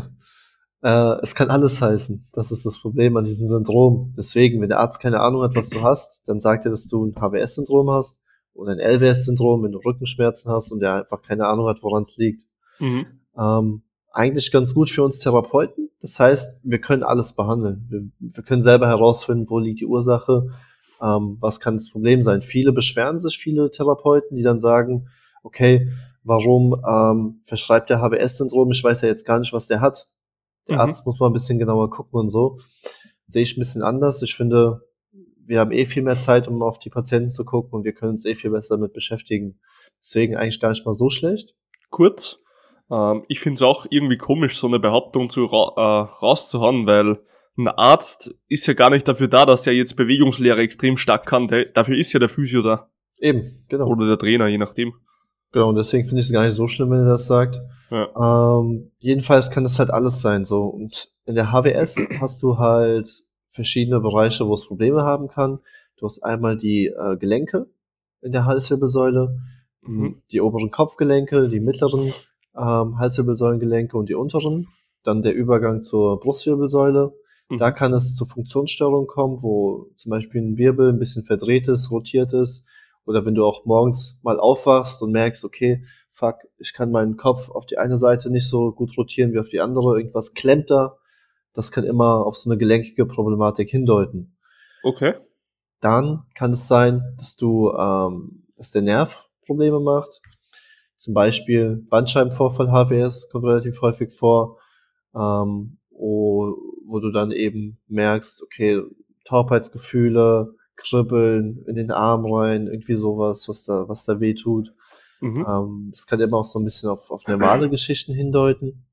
äh, es kann alles heißen. Das ist das Problem an diesem Syndrom. Deswegen, wenn der Arzt keine Ahnung hat, was du hast, dann sagt er, dass du ein H W S-Syndrom hast oder ein L W S-Syndrom, wenn du Rückenschmerzen hast und der einfach keine Ahnung hat, woran es liegt. Mhm. Ähm, eigentlich ganz gut für uns Therapeuten. Das heißt, wir können alles behandeln. Wir, wir können selber herausfinden, wo liegt die Ursache, ähm, was kann das Problem sein. Viele beschweren sich, viele Therapeuten, die dann sagen, okay, warum ähm, verschreibt der H W S-Syndrom? Ich weiß ja jetzt gar nicht, was der hat. Der Mhm. Arzt muss mal ein bisschen genauer gucken und so. Sehe ich ein bisschen anders. Ich finde, wir haben eh viel mehr Zeit, um auf die Patienten zu gucken und wir können uns eh viel besser damit beschäftigen. Deswegen eigentlich gar nicht mal so schlecht. Kurz, ähm, ich finde es auch irgendwie komisch, so eine Behauptung zu ra äh, rauszuhauen, weil ein Arzt ist ja gar nicht dafür da, dass er jetzt Bewegungslehre extrem stark kann. Der, dafür ist ja der Physio da. Eben, genau. Oder der Trainer, je nachdem. Genau, und deswegen finde ich es gar nicht so schlimm, wenn er das sagt. Ja. Ähm, jedenfalls kann das halt alles sein, so. Und in der H W S hast du halt verschiedene Bereiche, wo es Probleme haben kann. Du hast einmal die äh, Gelenke in der Halswirbelsäule, Mhm. die oberen Kopfgelenke, die mittleren ähm, Halswirbelsäulengelenke und die unteren. Dann der Übergang zur Brustwirbelsäule. Mhm. Da kann es zu Funktionsstörungen kommen, wo zum Beispiel ein Wirbel ein bisschen verdreht ist, rotiert ist. Oder wenn du auch morgens mal aufwachst und merkst, okay, fuck, ich kann meinen Kopf auf die eine Seite nicht so gut rotieren wie auf die andere, irgendwas klemmt da. Das kann immer auf so eine gelenkige Problematik hindeuten. Okay. Dann kann es sein, dass du, ähm, dass der Nerv Probleme macht. Zum Beispiel Bandscheibenvorfall, H W S, kommt relativ häufig vor, ähm, wo, wo du dann eben merkst, okay, Taubheitsgefühle, Kribbeln in den Arm rein, irgendwie sowas, was da, was da weh tut. Mhm. Ähm, das kann immer auch so ein bisschen auf, auf normale Geschichten hindeuten.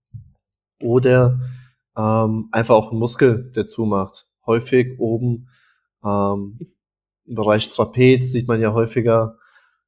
Oder ähm, einfach auch ein Muskel, der zumacht. Häufig oben ähm, im Bereich Trapez sieht man ja häufiger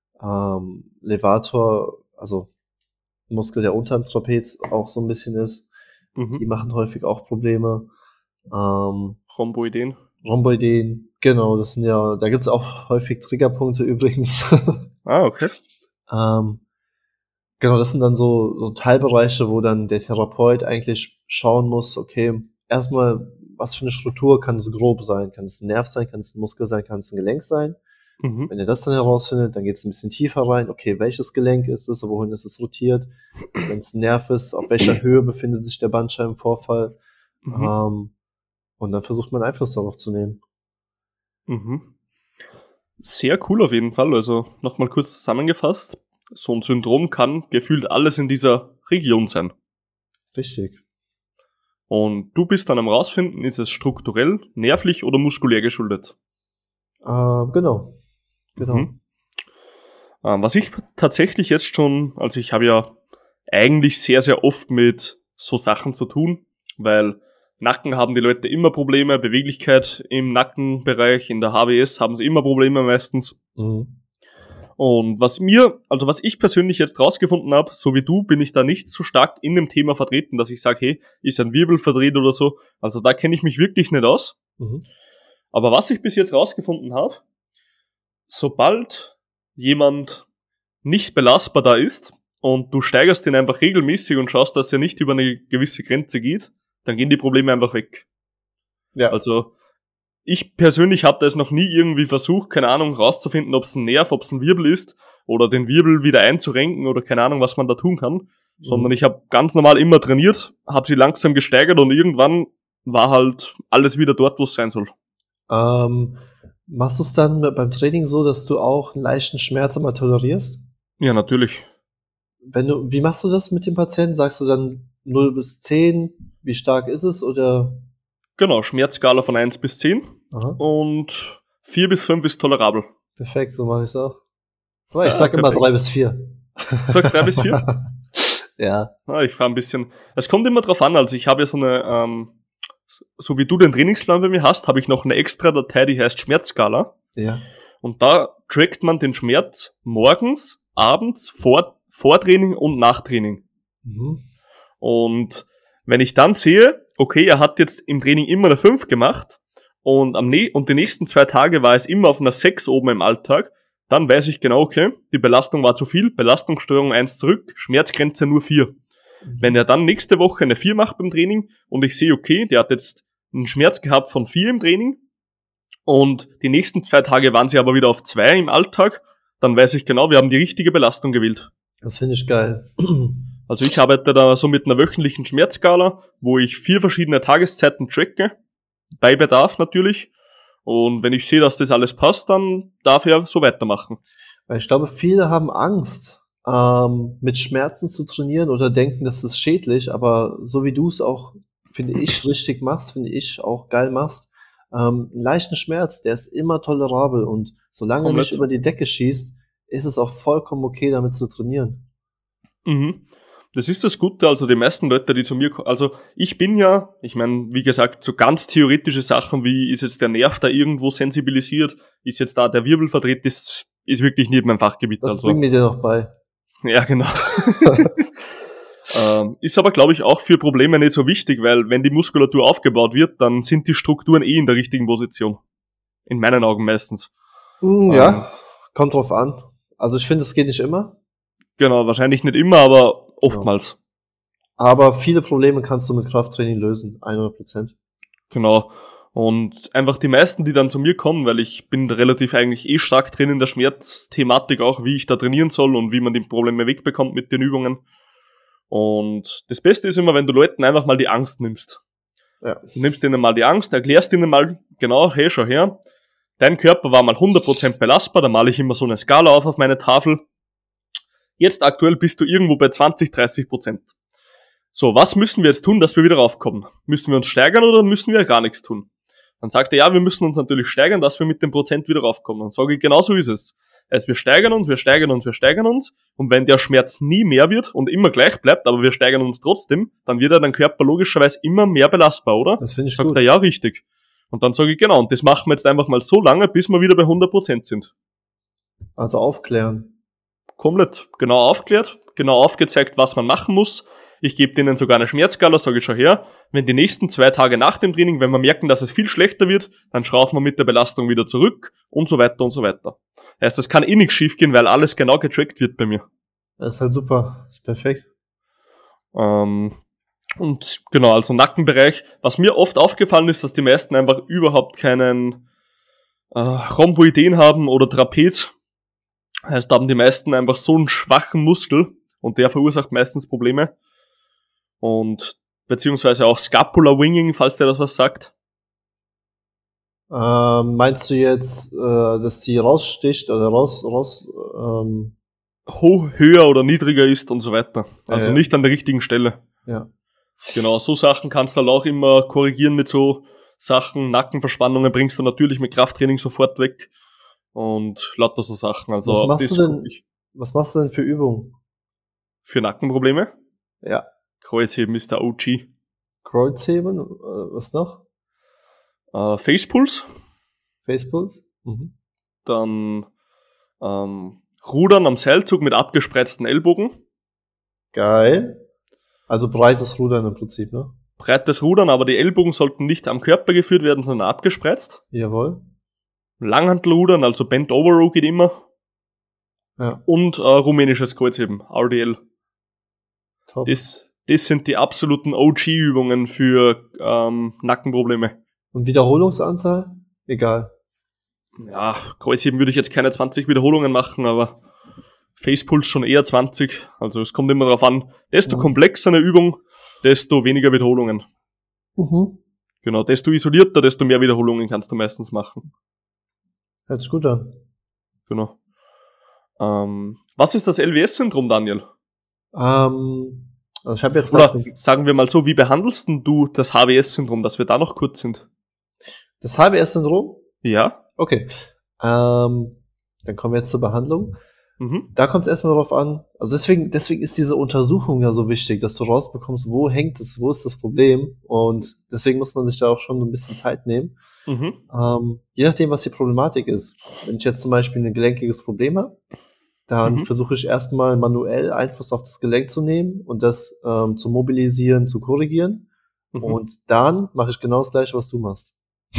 ähm, Levator, also Muskel, der unterm Trapez auch so ein bisschen ist. Mhm. Die machen häufig auch Probleme. Ähm, Rhomboideen. Rhomboideen, genau, das sind ja, da gibt's auch häufig Triggerpunkte übrigens. Ah, okay. ähm, genau, das sind dann so, so Teilbereiche, wo dann der Therapeut eigentlich schauen muss, okay, erstmal, was für eine Struktur kann es grob sein? Kann es ein Nerv sein? Kann es ein Muskel sein? Kann es ein Gelenk sein? Mhm. Wenn er das dann herausfindet, dann geht es ein bisschen tiefer rein. Okay, welches Gelenk ist es? Wohin ist es rotiert? Wenn es ein Nerv ist, auf welcher Höhe befindet sich der Bandscheibenvorfall? Mhm. Ähm, und dann versucht man Einfluss darauf zu nehmen. Mhm. Sehr cool auf jeden Fall. Also nochmal kurz zusammengefasst. So ein Syndrom kann gefühlt alles in dieser Region sein. Richtig. Und du bist dann am rausfinden, ist es strukturell, nervlich oder muskulär geschuldet. Äh, genau. Genau. Mhm. Ähm, was ich tatsächlich jetzt schon, also ich habe ja eigentlich sehr, sehr oft mit so Sachen zu tun, weil Nacken haben die Leute immer Probleme, Beweglichkeit im Nackenbereich, in der H W S haben sie immer Probleme meistens. Mhm. Und was mir, also was ich persönlich jetzt rausgefunden habe, so wie du, bin ich da nicht so stark in dem Thema vertreten, dass ich sage, hey, ist ein Wirbel verdreht oder so. Also da kenne ich mich wirklich nicht aus. Mhm. Aber was ich bis jetzt rausgefunden habe, sobald jemand nicht belastbar da ist und du steigerst ihn einfach regelmäßig und schaust, dass er nicht über eine gewisse Grenze geht, dann gehen die Probleme einfach weg. Ja. Also ich persönlich habe das noch nie irgendwie versucht, keine Ahnung, rauszufinden, ob es ein Nerv, ob es ein Wirbel ist oder den Wirbel wieder einzurenken oder keine Ahnung, was man da tun kann, mhm. sondern ich habe ganz normal immer trainiert, habe sie langsam gesteigert und irgendwann war halt alles wieder dort, wo es sein soll. Ähm, machst du es dann beim Training so, dass du auch einen leichten Schmerz immer tolerierst? Ja, natürlich. Wenn du, wie machst du das mit dem Patienten? Sagst du dann null bis zehn? Wie stark ist es? Oder? Genau, Schmerzskala von eins bis zehn. Aha. Und vier bis fünf ist tolerabel. Perfekt, so mache ich es auch. Oh, ich ja, sag perfekt. Immer drei bis vier. Du sagst drei bis vier? Ja. Ah, ich fahre ein bisschen. Es kommt immer drauf an, also ich habe ja so eine, ähm, so wie du den Trainingsplan bei mir hast, habe ich noch eine extra Datei, die heißt Schmerzskala. Ja. Und da trackt man den Schmerz morgens, abends, vor, vor Training und nach Training. Mhm. Und wenn ich dann sehe, okay, er hat jetzt im Training immer eine fünf gemacht und am ne- und die nächsten zwei Tage war es immer auf einer sechs oben im Alltag, dann weiß ich genau, okay, die Belastung war zu viel, Belastungssteuerung eins zurück, Schmerzgrenze nur vier. Mhm. Wenn er dann nächste Woche eine vier macht beim Training und ich sehe, okay, der hat jetzt einen Schmerz gehabt von vier im Training und die nächsten zwei Tage waren sie aber wieder auf zwei im Alltag, dann weiß ich genau, wir haben die richtige Belastung gewählt. Das finde ich geil. Also ich arbeite da so mit einer wöchentlichen Schmerzskala, wo ich vier verschiedene Tageszeiten tracke, bei Bedarf natürlich. Und wenn ich sehe, dass das alles passt, dann darf er so weitermachen. Weil ich glaube, viele haben Angst, ähm, mit Schmerzen zu trainieren oder denken, das ist schädlich. Aber so wie du es auch, finde ich, richtig machst, finde ich auch geil machst, ähm, einen leichten Schmerz, der ist immer tolerabel. Und solange er nicht über die Decke schießt, ist es auch vollkommen okay, damit zu trainieren. Mhm. Das ist das Gute, also die meisten Leute, die zu mir kommen, also ich bin ja, ich meine, wie gesagt, so ganz theoretische Sachen wie, ist jetzt der Nerv da irgendwo sensibilisiert, ist jetzt da der Wirbel verdreht, das ist wirklich nicht mein Fachgebiet. Das also. bringen wir dir noch bei. Ja, genau. ähm, ist aber, glaube ich, auch für Probleme nicht so wichtig, weil wenn die Muskulatur aufgebaut wird, dann sind die Strukturen eh in der richtigen Position. In meinen Augen meistens. Mm, ja, ähm, kommt drauf an. Also ich finde, es geht nicht immer. Genau, wahrscheinlich nicht immer, aber oftmals. Ja. Aber viele Probleme kannst du mit Krafttraining lösen, hundert Prozent. Genau. Und einfach die meisten, die dann zu mir kommen, weil ich bin relativ eigentlich eh stark drin in der Schmerzthematik auch, wie ich da trainieren soll und wie man die Probleme wegbekommt mit den Übungen. Und das Beste ist immer, wenn du Leuten einfach mal die Angst nimmst. Ja. Du nimmst ihnen mal die Angst, erklärst ihnen mal genau, hey, schau her, dein Körper war mal hundert Prozent belastbar, da male ich immer so eine Skala auf auf meine Tafel. Jetzt aktuell bist du irgendwo bei zwanzig, dreißig Prozent. So, was müssen wir jetzt tun, dass wir wieder raufkommen? Müssen wir uns steigern oder müssen wir gar nichts tun? Dann sagt er, ja, wir müssen uns natürlich steigern, dass wir mit dem Prozent wieder raufkommen. Und sage ich, genau so ist es. Also wir steigern uns, wir steigern uns, wir steigern uns. Und wenn der Schmerz nie mehr wird und immer gleich bleibt, aber wir steigern uns trotzdem, dann wird er dein Körper logischerweise immer mehr belastbar, oder? Das finde ich sagt gut. er, ja, richtig. Und dann sage ich, genau, und das machen wir jetzt einfach mal so lange, bis wir wieder bei hundert Prozent sind. Also aufklären. Komplett genau aufklärt, genau aufgezeigt, was man machen muss. Ich gebe denen sogar eine Schmerzskala, sage ich schon her. Wenn die nächsten zwei Tage nach dem Training, wenn wir merken, dass es viel schlechter wird, dann schrauben wir mit der Belastung wieder zurück und so weiter und so weiter. Heißt, es kann eh nichts schief gehen, weil alles genau getrackt wird bei mir. Das ist halt super, das ist perfekt. Ähm, und genau, also Nackenbereich. Was mir oft aufgefallen ist, dass die meisten einfach überhaupt keinen äh, Rhomboideen haben oder Trapez. Heißt, da haben die meisten einfach so einen schwachen Muskel und der verursacht meistens Probleme. Und beziehungsweise auch Scapular Winging, falls der das was sagt. Ähm, meinst du jetzt, äh, dass sie raussticht oder raus, raus, ähm Ho- höher oder niedriger ist und so weiter. Also ja. nicht an der richtigen Stelle. Ja. Genau, so Sachen kannst du halt auch immer korrigieren mit so Sachen. Nackenverspannungen bringst du natürlich mit Krafttraining sofort weg. Und lauter so Sachen. Also was, auf machst das du denn, guck ich. was machst du denn für Übungen? Für Nackenprobleme? Ja. Kreuzheben ist der O G. Kreuzheben, äh, was noch? Äh, Facepulse, Facebook? Mhm. dann ähm, Rudern am Seilzug mit abgespreizten Ellbogen, Geil. Also breites Rudern im Prinzip, ne? breites Rudern, aber die Ellbogen sollten nicht am Körper geführt werden, sondern abgespreizt. Jawohl. Langhantelrudern, also Bent Over Row geht immer. Ja, Und äh, rumänisches Kreuzheben, R D L. top. Das, das sind die absoluten O G-Übungen für ähm, Nackenprobleme. Und Wiederholungsanzahl? Egal. Ja, Kreuzheben würde ich jetzt keine zwanzig Wiederholungen machen, aber Facepulse schon eher zwanzig. Also es kommt immer darauf an, desto Ja. komplexer eine Übung, desto weniger Wiederholungen. Mhm. Genau, desto isolierter, desto mehr Wiederholungen kannst du meistens machen. Hört sich gut an. Genau. Ähm, was ist das L W S-Syndrom, Daniel? Ähm, also ich habe jetzt Oder grad sagen wir mal so, wie behandelst denn du das H W S-Syndrom, dass wir da noch kurz sind? das H W S-Syndrom. Ja? Okay. Ähm, dann kommen wir jetzt zur Behandlung. Mhm. Da kommt es erstmal darauf an, also deswegen, deswegen ist diese Untersuchung ja so wichtig, dass du rausbekommst, wo hängt es, wo ist das Problem, und deswegen muss man sich da auch schon ein bisschen Zeit nehmen. Mhm. Ähm, je nachdem, was die Problematik ist. Wenn ich jetzt zum Beispiel ein gelenkiges Problem habe, dann Mhm. versuche ich erstmal manuell Einfluss auf das Gelenk zu nehmen und das ähm, zu mobilisieren, zu korrigieren. Mhm. Und dann mache ich genau das Gleiche, was du machst.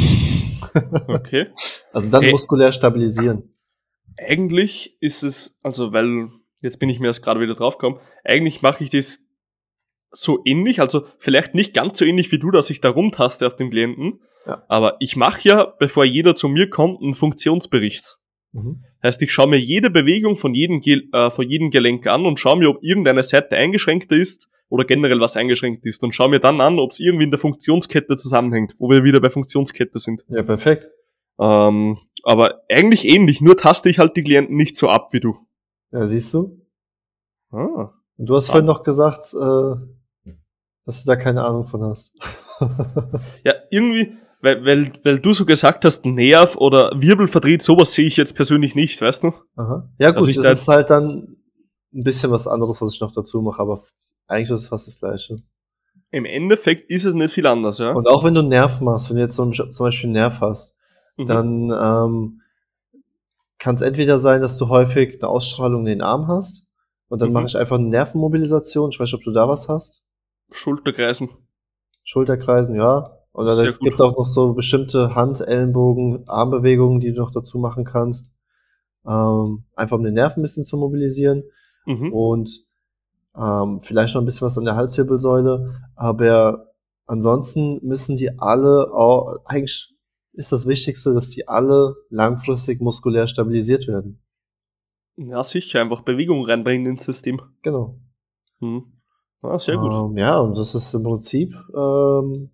Okay. Also dann Hey. muskulär stabilisieren. Eigentlich ist es, also weil, jetzt bin ich mir erst gerade wieder draufgekommen, eigentlich mache ich das so ähnlich, also vielleicht nicht ganz so ähnlich wie du, dass ich da rumtaste auf den Klienten, Ja. aber ich mache ja, bevor jeder zu mir kommt, einen Funktionsbericht. Mhm. Heißt, ich schaue mir jede Bewegung von jedem, Gel- äh, von jedem Gelenk an und schaue mir, ob irgendeine Seite eingeschränkt ist oder generell was eingeschränkt ist, und schaue mir dann an, ob es irgendwie in der Funktionskette zusammenhängt, wo wir wieder bei Funktionskette sind. Ja, perfekt. Ähm, aber eigentlich ähnlich, nur taste ich halt die Klienten nicht so ab wie du. Ja, siehst du? Ah. Und du hast Ah. vorhin noch gesagt, äh, dass du da keine Ahnung von hast. Ja, irgendwie, weil, weil, weil du so gesagt hast, Nerv oder Wirbelvertrieb, sowas sehe ich jetzt persönlich nicht, weißt du? Aha. Ja Also gut, ich das da ist jetzt- halt dann ein bisschen was anderes, was ich noch dazu mache, aber eigentlich ist es fast das Gleiche. Im Endeffekt ist es nicht viel anders, ja. Und auch wenn du einen Nerv machst, wenn du jetzt zum, zum Beispiel einen Nerv hast, Mhm. dann ähm, kann es entweder sein, dass du häufig eine Ausstrahlung in den Arm hast, und dann Mhm. mache ich einfach eine Nervenmobilisation. Ich weiß nicht, ob du da was hast. Schulterkreisen. Schulterkreisen, ja. Oder Sehr es gut. gibt auch noch so bestimmte Hand-, Ellenbogen-, Armbewegungen, die du noch dazu machen kannst. Ähm, einfach um den Nerv ein bisschen zu mobilisieren. Mhm. Und ähm, vielleicht noch ein bisschen was an der Halswirbelsäule. Aber ansonsten müssen die alle, auch, eigentlich ist das Wichtigste, dass die alle langfristig muskulär stabilisiert werden. Ja, sicher, einfach Bewegung reinbringen ins System. Genau. Mhm. Ah, sehr gut. Ähm, ja, und das ist im Prinzip, ähm,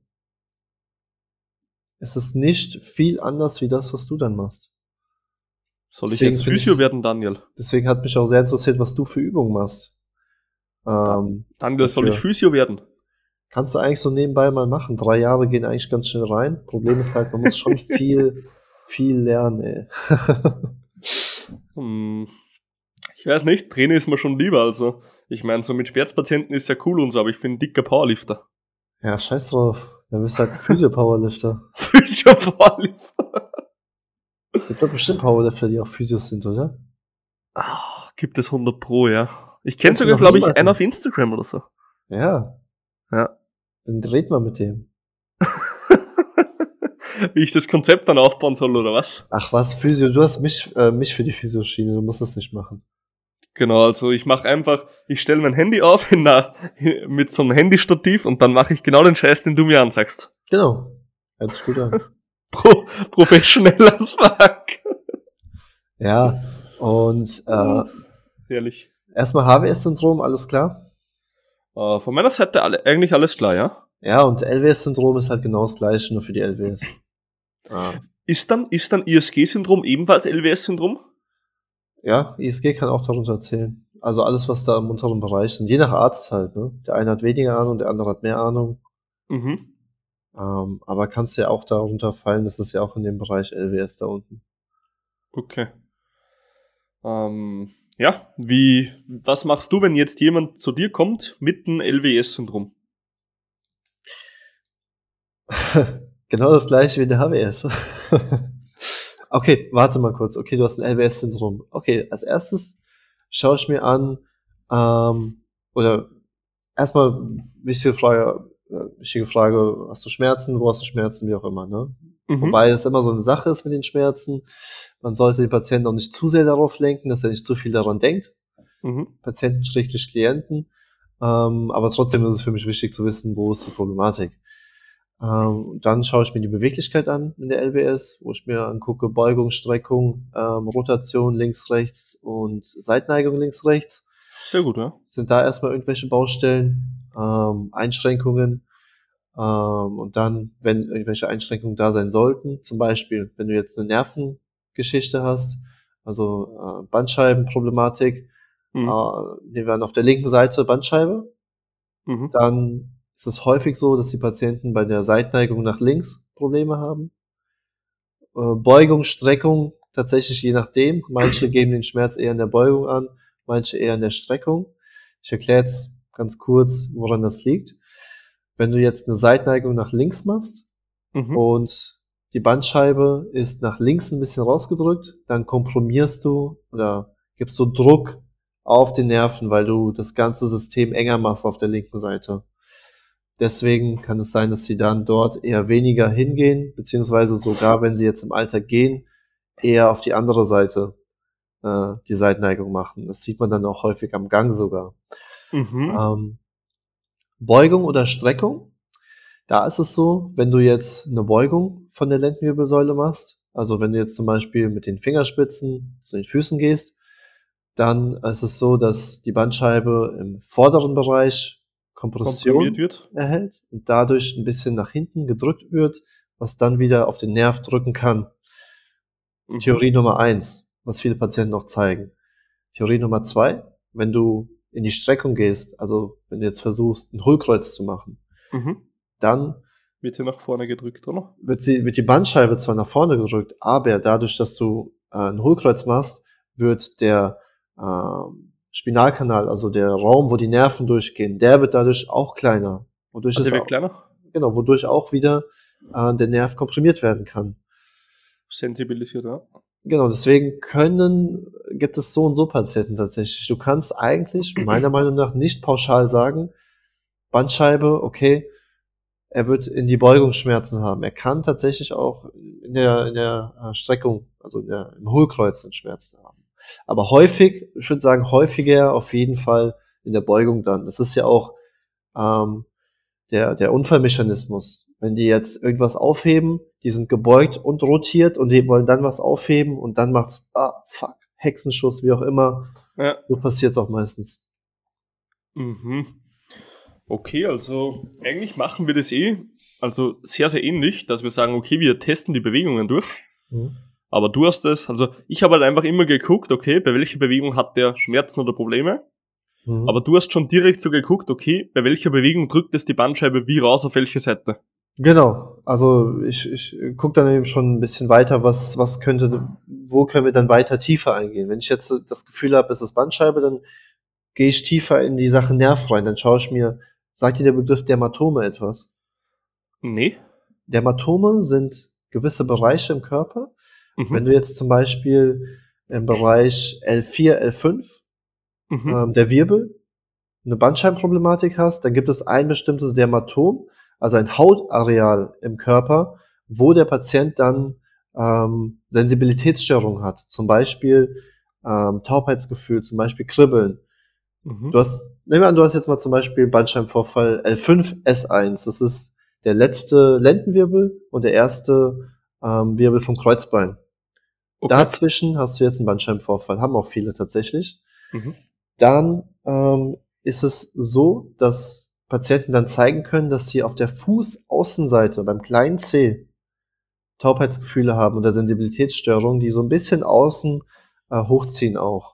es ist nicht viel anders wie das, was du dann machst. Soll ich deswegen jetzt find Physio ich- werden, Daniel? Deswegen hat mich auch sehr interessiert, was du für Übungen machst. Ähm, Daniel, soll dafür. ich Physio werden? Kannst du eigentlich so nebenbei mal machen. Drei Jahre gehen eigentlich ganz schnell rein. Problem ist halt, man muss schon viel, viel lernen, ey. Hm, ich weiß nicht, Training ist mir schon lieber, also ich meine, so mit Schmerzpatienten ist ja cool und so, aber ich bin ein dicker Powerlifter. Ja, scheiß drauf. Dann bist du halt Physio-Powerlifter. Physio-Powerlifter. Es gibt doch bestimmt Powerlifter, die auch Physios sind, oder? Ah, gibt es hundert Pro, ja. Ich kenne Kennst du sogar, noch glaube ich, niemanden? einen auf Instagram oder so. Ja. Ja. Dann dreht man mit dem. Wie ich das Konzept dann aufbauen soll, oder was? Ach was, Physio, du hast mich, äh, mich für die Physioschiene, du musst das nicht machen. Genau, also ich mache einfach, ich stelle mein Handy auf in der, mit so einem Handystativ und dann mache ich genau den Scheiß, den du mir ansagst. Genau. Hört sich gut an. Pro, professionell as fuck. Ja, und äh, Ehrlich. erstmal H W S-Syndrom, alles klar? Äh, von meiner Seite alle, eigentlich alles klar, ja? Ja, und L W S-Syndrom ist halt genau das gleiche, nur für die L W S. Ah. Ist dann, ist dann I S G-Syndrom ebenfalls L W S-Syndrom? Ja, I S G kann auch darunter zählen. Also alles, was da im unteren Bereich sind. Je nach Arzt halt, ne? Der eine hat weniger Ahnung, der andere hat mehr Ahnung. Mhm. Ähm, aber kannst ja auch darunter fallen, das ist ja auch in dem Bereich L W S da unten. Okay. Ähm, ja, wie, was machst du, wenn jetzt jemand zu dir kommt mit einem L W S-Syndrom? Genau das gleiche wie der H B S. Okay, warte mal kurz. Okay, du hast ein L B S-Syndrom. Okay, als erstes schaue ich mir an, ähm, oder erstmal wichtige Frage, äh, wichtige Frage, hast du Schmerzen, wo hast du Schmerzen, wie auch immer, ne? Mhm. Wobei es immer so eine Sache ist mit den Schmerzen. Man sollte den Patienten auch nicht zu sehr darauf lenken, dass er nicht zu viel daran denkt. Mhm. Patienten, Schrägstrich Klienten. Ähm, aber trotzdem ist es für mich wichtig zu wissen, wo ist die Problematik. Ähm, dann schaue ich mir die Beweglichkeit an in der L B S, wo ich mir angucke Beugung, Streckung, ähm, Rotation links, rechts und Seitneigung links, rechts. Sehr gut, ja. Sind da erstmal irgendwelche Baustellen, ähm, Einschränkungen, ähm, und dann, wenn irgendwelche Einschränkungen da sein sollten, zum Beispiel, wenn du jetzt eine Nervengeschichte hast, also äh, Bandscheibenproblematik, Mhm. äh, nehmen wir an auf der linken Seite Bandscheibe, Mhm. dann ist es häufig so, dass die Patienten bei der Seitneigung nach links Probleme haben. Äh, Beugung, Streckung, tatsächlich je nachdem. Manche geben den Schmerz eher in der Beugung an, manche eher in der Streckung. Ich erkläre jetzt ganz kurz, woran das liegt. Wenn du jetzt eine Seitneigung nach links machst Mhm. und die Bandscheibe ist nach links ein bisschen rausgedrückt, dann komprimierst du oder gibst du Druck auf den Nerven, weil du das ganze System enger machst auf der linken Seite. Deswegen kann es sein, dass sie dann dort eher weniger hingehen, beziehungsweise sogar, wenn sie jetzt im Alter gehen, eher auf die andere Seite äh, die Seitneigung machen. Das sieht man dann auch häufig am Gang sogar. Mhm. Ähm, Beugung oder Streckung. Da ist es so, wenn du jetzt eine Beugung von der Lendenwirbelsäule machst, also wenn du jetzt zum Beispiel mit den Fingerspitzen zu den Füßen gehst, dann ist es so, dass die Bandscheibe im vorderen Bereich Komprimiert Kompression wird. erhält und dadurch ein bisschen nach hinten gedrückt wird, was dann wieder auf den Nerv drücken kann. Mhm. Theorie Nummer eins, was viele Patienten auch zeigen. Theorie Nummer zwei, wenn du in die Streckung gehst, also wenn du jetzt versuchst, ein Hohlkreuz zu machen, Mhm. dann Wird hier nach vorne gedrückt, oder? wird sie, wird die Bandscheibe zwar nach vorne gedrückt, aber dadurch, dass du äh, ein Hohlkreuz machst, wird der ähm, Spinalkanal, also der Raum, wo die Nerven durchgehen, der wird dadurch auch kleiner. Wodurch Ah, es der wird auch, kleiner? genau, wodurch auch wieder äh, der Nerv komprimiert werden kann. Sensibilisiert, ja. Genau, deswegen können, gibt es so und so Patienten tatsächlich. Du kannst eigentlich meiner Meinung nach nicht pauschal sagen, Bandscheibe, okay, er wird in die Beugung Schmerzen haben. Er kann tatsächlich auch in der, in der äh, Streckung, also in der, im Hohlkreuz den Schmerzen haben. Aber häufig, ich würde sagen, häufiger auf jeden Fall in der Beugung dann. Das ist ja auch ähm, der, der Unfallmechanismus. Wenn die jetzt irgendwas aufheben, die sind gebeugt und rotiert und die wollen dann was aufheben und dann macht's, ah, fuck, Hexenschuss, wie auch immer. Ja. So passiert's auch meistens. Mhm. Okay, also eigentlich machen wir das eh, also sehr, sehr ähnlich, dass wir sagen, okay, wir testen die Bewegungen durch. Mhm. Aber du hast es, also ich habe halt einfach immer geguckt, okay, bei welcher Bewegung hat der Schmerzen oder Probleme. Mhm. Aber du hast schon direkt so geguckt, okay, bei welcher Bewegung drückt es die Bandscheibe wie raus auf welche Seite. Genau, also ich, ich gucke dann eben schon ein bisschen weiter, was, was könnte, wo können wir dann weiter tiefer eingehen. Wenn ich jetzt das Gefühl habe, es ist Bandscheibe, dann gehe ich tiefer in die Sache Nerv rein. Dann schaue ich mir, sagt dir der Begriff Dermatome etwas? Nee. Dermatome sind gewisse Bereiche im Körper. Wenn du Mhm. jetzt zum Beispiel im Bereich L vier, L fünf, Mhm. ähm, der Wirbel, eine Bandscheibenproblematik hast, dann gibt es ein bestimmtes Dermatom, also ein Hautareal im Körper, wo der Patient dann ähm, Sensibilitätsstörungen hat. Zum Beispiel ähm, Taubheitsgefühl, zum Beispiel Kribbeln. Mhm. Du hast, nehmen wir an, du hast jetzt mal zum Beispiel Bandscheibenvorfall L fünf S eins. Das ist der letzte Lendenwirbel und der erste ähm, Wirbel vom Kreuzbein. Okay. Dazwischen hast du jetzt einen Bandscheibenvorfall, haben auch viele tatsächlich. Mhm. Dann ähm, ist es so, dass Patienten dann zeigen können, dass sie auf der Fußaußenseite beim kleinen C Taubheitsgefühle haben oder Sensibilitätsstörungen, die so ein bisschen außen äh, hochziehen auch.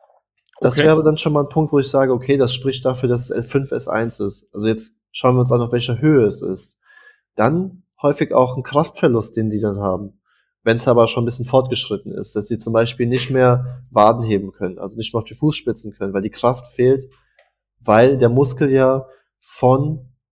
Das Okay. wäre dann schon mal ein Punkt, wo ich sage, okay, das spricht dafür, dass es L fünf S eins ist. Also jetzt schauen wir uns an, auf welcher Höhe es ist. Dann häufig auch ein Kraftverlust, den die dann haben. Wenn es aber schon ein bisschen fortgeschritten ist, dass sie zum Beispiel nicht mehr Waden heben können, also nicht mehr auf die Fußspitzen können, weil die Kraft fehlt, weil der Muskel ja von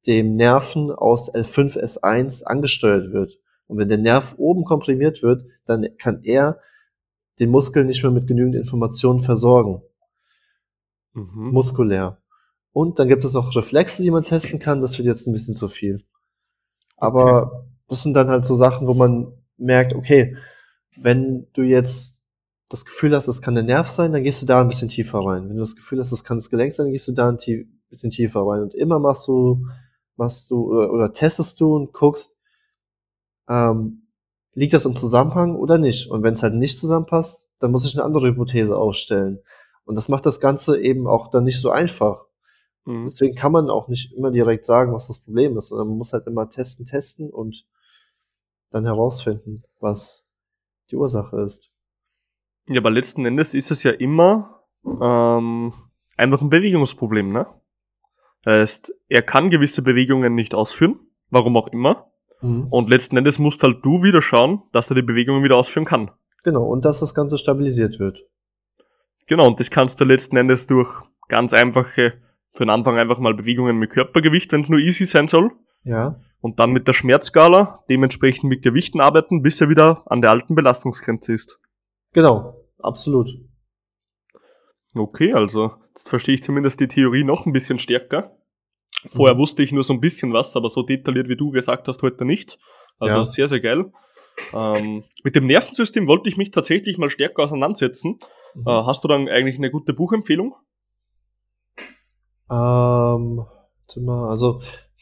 dem Nerven aus L fünf S eins angesteuert wird. Und wenn der Nerv oben komprimiert wird, dann kann er den Muskel nicht mehr mit genügend Informationen versorgen. Mhm. Muskulär. Und dann gibt es auch Reflexe, die man testen kann. Das wird jetzt ein bisschen zu viel. Aber okay. Das sind dann halt so Sachen, wo man merkt, okay, wenn du jetzt das Gefühl hast, das kann der Nerv sein, dann gehst du da ein bisschen tiefer rein. Wenn du das Gefühl hast, das kann das Gelenk sein, dann gehst du da ein tie- bisschen tiefer rein. Und immer machst du, machst du oder, oder testest du und guckst, ähm, liegt das im Zusammenhang oder nicht? Und wenn es halt nicht zusammenpasst, dann muss ich eine andere Hypothese aufstellen. Und das macht das Ganze eben auch dann nicht so einfach. Mhm. Deswegen kann man auch nicht immer direkt sagen, was das Problem ist, sondern man muss halt immer testen, testen und dann herausfinden, was die Ursache ist. Ja, aber letzten Endes ist es ja immer ähm, einfach ein Bewegungsproblem, ne? Heißt, er kann gewisse Bewegungen nicht ausführen, warum auch immer. Mhm. Und letzten Endes musst halt du wieder schauen, dass er die Bewegungen wieder ausführen kann. Genau, und dass das Ganze stabilisiert wird. Genau, und das kannst du letzten Endes durch ganz einfache, für den Anfang einfach mal Bewegungen mit Körpergewicht, wenn es nur easy sein soll. Ja. Und dann mit der Schmerzskala dementsprechend mit Gewichten arbeiten, bis er wieder an der alten Belastungsgrenze ist. Genau, absolut. Okay, also jetzt verstehe ich zumindest die Theorie noch ein bisschen stärker. Vorher mhm. wusste ich nur so ein bisschen was, aber so detailliert wie du gesagt hast, heute nicht. Also Ja. sehr, sehr geil. Ähm, mit dem Nervensystem wollte ich mich tatsächlich mal stärker auseinandersetzen. Mhm. Äh, hast du dann eigentlich eine gute Buchempfehlung? Ähm, warte mal, also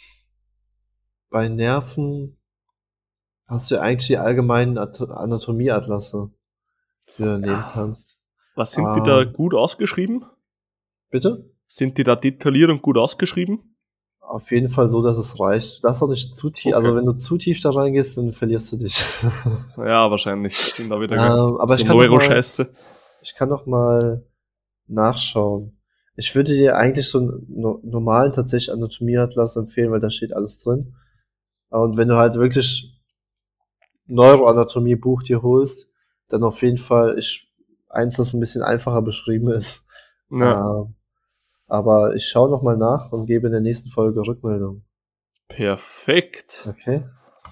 bei Nerven hast du ja eigentlich die allgemeinen At- Anatomieatlasse, die du nehmen kannst. Was sind ähm, die da gut ausgeschrieben? Bitte? Sind die da detailliert und gut ausgeschrieben? Auf jeden Fall so, dass es reicht. Du darfst auch nicht zu tief, Okay. also wenn du zu tief da reingehst, dann verlierst du dich. Ja, wahrscheinlich. Ich bin da wieder ähm, ganz aber so ich kann noch mal, Neuro-Scheiße. ich kann noch mal nachschauen. Ich würde dir eigentlich so einen no- normalen tatsächlich Anatomieatlas empfehlen, weil da steht alles drin. Und wenn du halt wirklich Neuroanatomie-Buch dir holst, dann auf jeden Fall ich, eins, das ein bisschen einfacher beschrieben ist. Ja. Ähm, aber ich schaue noch mal nach und gebe in der nächsten Folge Rückmeldung. Perfekt. Okay.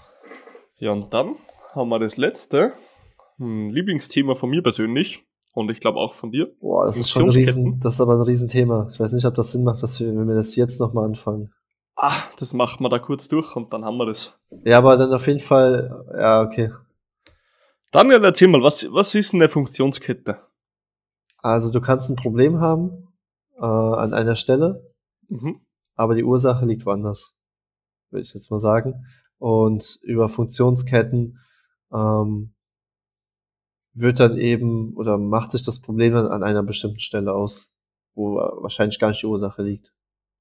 Ja, und dann haben wir das letzte. Ein Lieblingsthema von mir persönlich. Und ich glaube auch von dir. Boah, das ist schon ein Riesen, das ist aber ein Riesenthema. Ich weiß nicht, ob das Sinn macht, dass wir, wenn wir das jetzt nochmal anfangen. Ah, das machen wir da kurz durch und dann haben wir das. Ja, aber dann auf jeden Fall, ja, okay. Daniel, erzähl mal, was, was ist eine Funktionskette? Also du kannst ein Problem haben äh, an einer Stelle, Mhm. aber die Ursache liegt woanders, würde ich jetzt mal sagen. Und über Funktionsketten ähm, wird dann eben oder macht sich das Problem dann an einer bestimmten Stelle aus, wo wahrscheinlich gar nicht die Ursache liegt.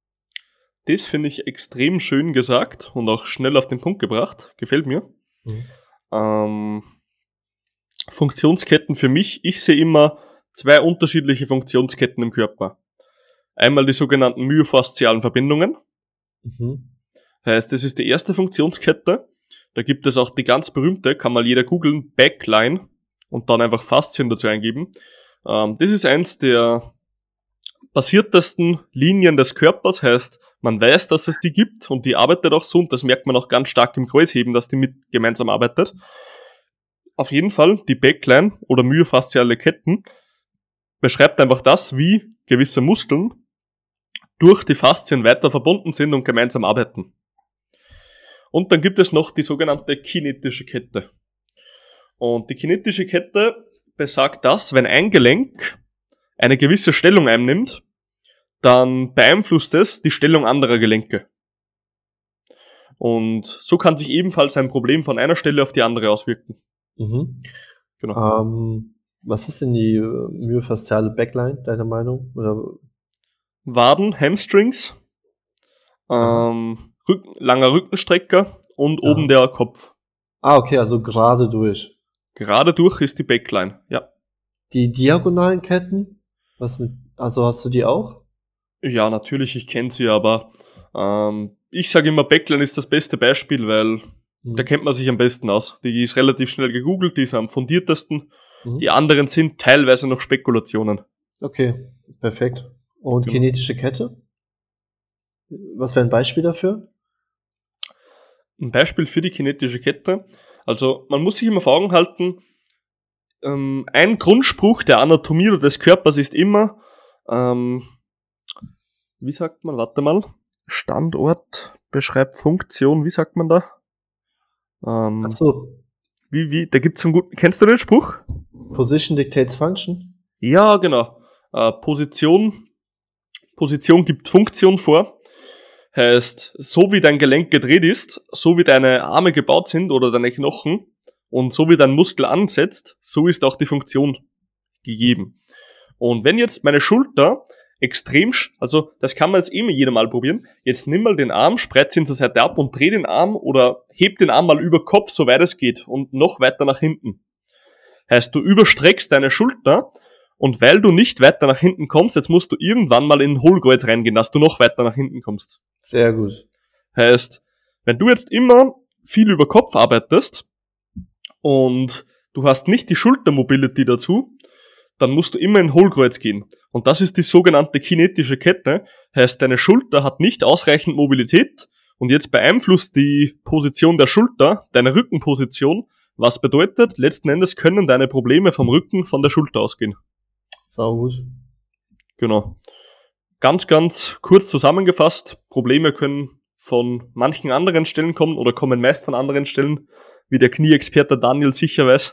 Das finde ich extrem schön gesagt und auch schnell auf den Punkt gebracht. Gefällt mir. Mhm. Ähm, Funktionsketten für mich, ich sehe immer zwei unterschiedliche Funktionsketten im Körper. Einmal die sogenannten myofaszialen Verbindungen. Mhm. Heißt, das ist die erste Funktionskette. Da gibt es auch die ganz berühmte, kann mal jeder googeln, Backline und dann einfach Faszien dazu eingeben. Ähm, das ist eins der basiertesten Linien des Körpers, heißt, man weiß, dass es die gibt und die arbeitet auch so und das merkt man auch ganz stark im Kreuzheben, dass die mit gemeinsam arbeitet. Auf jeden Fall, die Backline oder myofasziale Ketten beschreibt einfach das, wie gewisse Muskeln durch die Faszien weiter verbunden sind und gemeinsam arbeiten. Und dann gibt es noch die sogenannte kinetische Kette. Und die kinetische Kette besagt das, wenn ein Gelenk eine gewisse Stellung einnimmt, dann beeinflusst es die Stellung anderer Gelenke. Und so kann sich ebenfalls ein Problem von einer Stelle auf die andere auswirken. Mhm. Genau. Ähm, was ist denn die äh, myofasziale Backline, deiner Meinung? Oder? Waden, Hamstrings, ähm, Rücken, langer Rückenstrecker und Ja. oben der Kopf. Ah, okay, also gerade durch. Gerade durch ist die Backline, ja. Die diagonalen Ketten? Was mit, also hast du die auch? Ja, natürlich, ich kenne sie, aber ähm, ich sage immer, Backline ist das beste Beispiel, weil Mhm. da kennt man sich am besten aus. Die ist relativ schnell gegoogelt, die ist am fundiertesten. Mhm. Die anderen sind teilweise noch Spekulationen. Okay, perfekt. Und Genau. kinetische Kette? Was wäre ein Beispiel dafür? ein Beispiel für die kinetische Kette. Also man muss sich immer vor Augen halten, ähm, ein Grundspruch der Anatomie oder des Körpers ist immer, ähm, wie sagt man, warte mal, Standort beschreibt Funktion, wie sagt man da? Ähm, Ach so, wie, wie, da gibt's einen guten, kennst du den Spruch? Position dictates function. Ja, genau. Äh, Position, Position gibt Funktion vor. Heißt, so wie dein Gelenk gedreht ist, so wie deine Arme gebaut sind oder deine Knochen und so wie dein Muskel ansetzt, so ist auch die Funktion gegeben. Und wenn jetzt meine Schulter extrem, sch- also das kann man jetzt eh mit jedem Mal probieren, jetzt nimm mal den Arm, spreiz ihn zur Seite ab und dreh den Arm oder heb den Arm mal über Kopf, so weit es geht und noch weiter nach hinten. Heißt, du überstreckst deine Schulter und weil du nicht weiter nach hinten kommst, jetzt musst du irgendwann mal in den Hohlkreuz reingehen, dass du noch weiter nach hinten kommst. Sehr gut. Heißt, wenn du jetzt immer viel über Kopf arbeitest und du hast nicht die Schultermobility dazu, dann musst du immer in Hohlkreuz gehen. Und das ist die sogenannte kinetische Kette. Heißt, deine Schulter hat nicht ausreichend Mobilität und jetzt beeinflusst die Position der Schulter deine Rückenposition, was bedeutet, letzten Endes können deine Probleme vom Rücken von der Schulter ausgehen. Sau gut. Genau. Ganz, ganz kurz zusammengefasst, Probleme können von manchen anderen Stellen kommen oder kommen meist von anderen Stellen, wie der Knieexperte Daniel sicher weiß.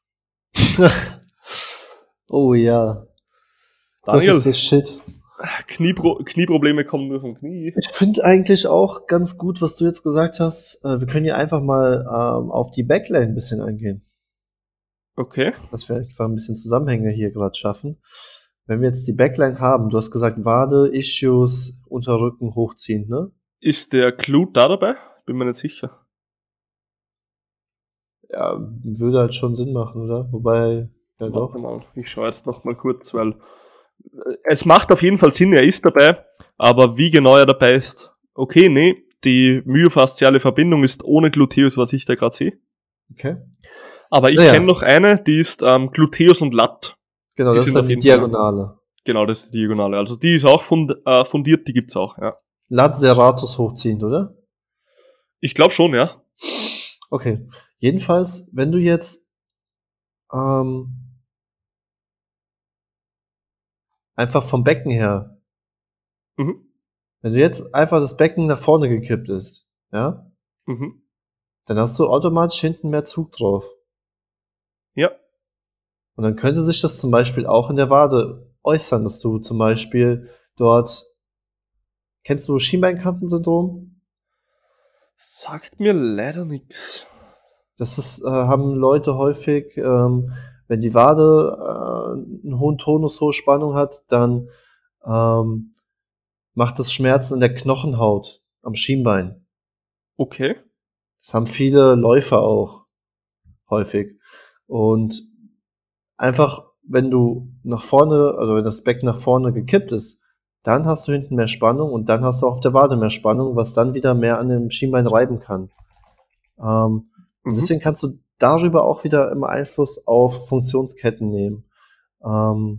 Oh ja, Daniel, das ist das Shit. Kniepro- Knieprobleme kommen nur vom Knie. Ich finde eigentlich auch ganz gut, was du jetzt gesagt hast. Äh, wir können hier einfach mal ähm, auf die Backline ein bisschen eingehen. Okay. Dass wir einfach ein bisschen Zusammenhänge hier gerade schaffen. Wenn wir jetzt die Backline haben, du hast gesagt, Wade, Issues, Unterrücken hochziehen, ne? Ist der Glute da dabei? Bin mir nicht sicher. Ja, würde halt schon Sinn machen, oder? Wobei, ja doch. Warte mal, ich schaue jetzt noch mal kurz, weil äh, es macht auf jeden Fall Sinn, er ist dabei, aber wie genau er dabei ist, okay, nee, die myofasziale Verbindung ist ohne Gluteus, was ich da gerade sehe. Okay. Aber ich Naja. kenne noch eine, die ist ähm, Gluteus und Lat. Genau, Die das sind ist dann auf die jeden Fall- Diagonale. Genau, das ist die Diagonale. Also die ist auch fund, äh, fundiert, die gibt's auch, ja. Lat serratus hochziehend, oder? Ich glaube schon, ja. Okay. Jedenfalls, wenn du jetzt ähm, einfach vom Becken her, Mhm. wenn du jetzt einfach das Becken nach vorne gekippt ist, ja, Mhm. dann hast du automatisch hinten mehr Zug drauf. Ja. Und dann könnte sich das zum Beispiel auch in der Wade äußern, dass du zum Beispiel dort, kennst du Schienbeinkantensyndrom? Sagt mir leider nichts. Das ist, äh, haben Leute häufig, ähm, wenn die Wade äh, einen hohen Tonus, hohe Spannung hat, dann ähm, macht das Schmerzen in der Knochenhaut am Schienbein. Okay. Das haben viele Läufer auch häufig. Und einfach, wenn du nach vorne, also wenn das Becken nach vorne gekippt ist, dann hast du hinten mehr Spannung und dann hast du auf der Wade mehr Spannung, was dann wieder mehr an dem Schienbein reiben kann. Ähm, Und Mhm. deswegen kannst du darüber auch wieder immer Einfluss auf Funktionsketten nehmen. Ähm,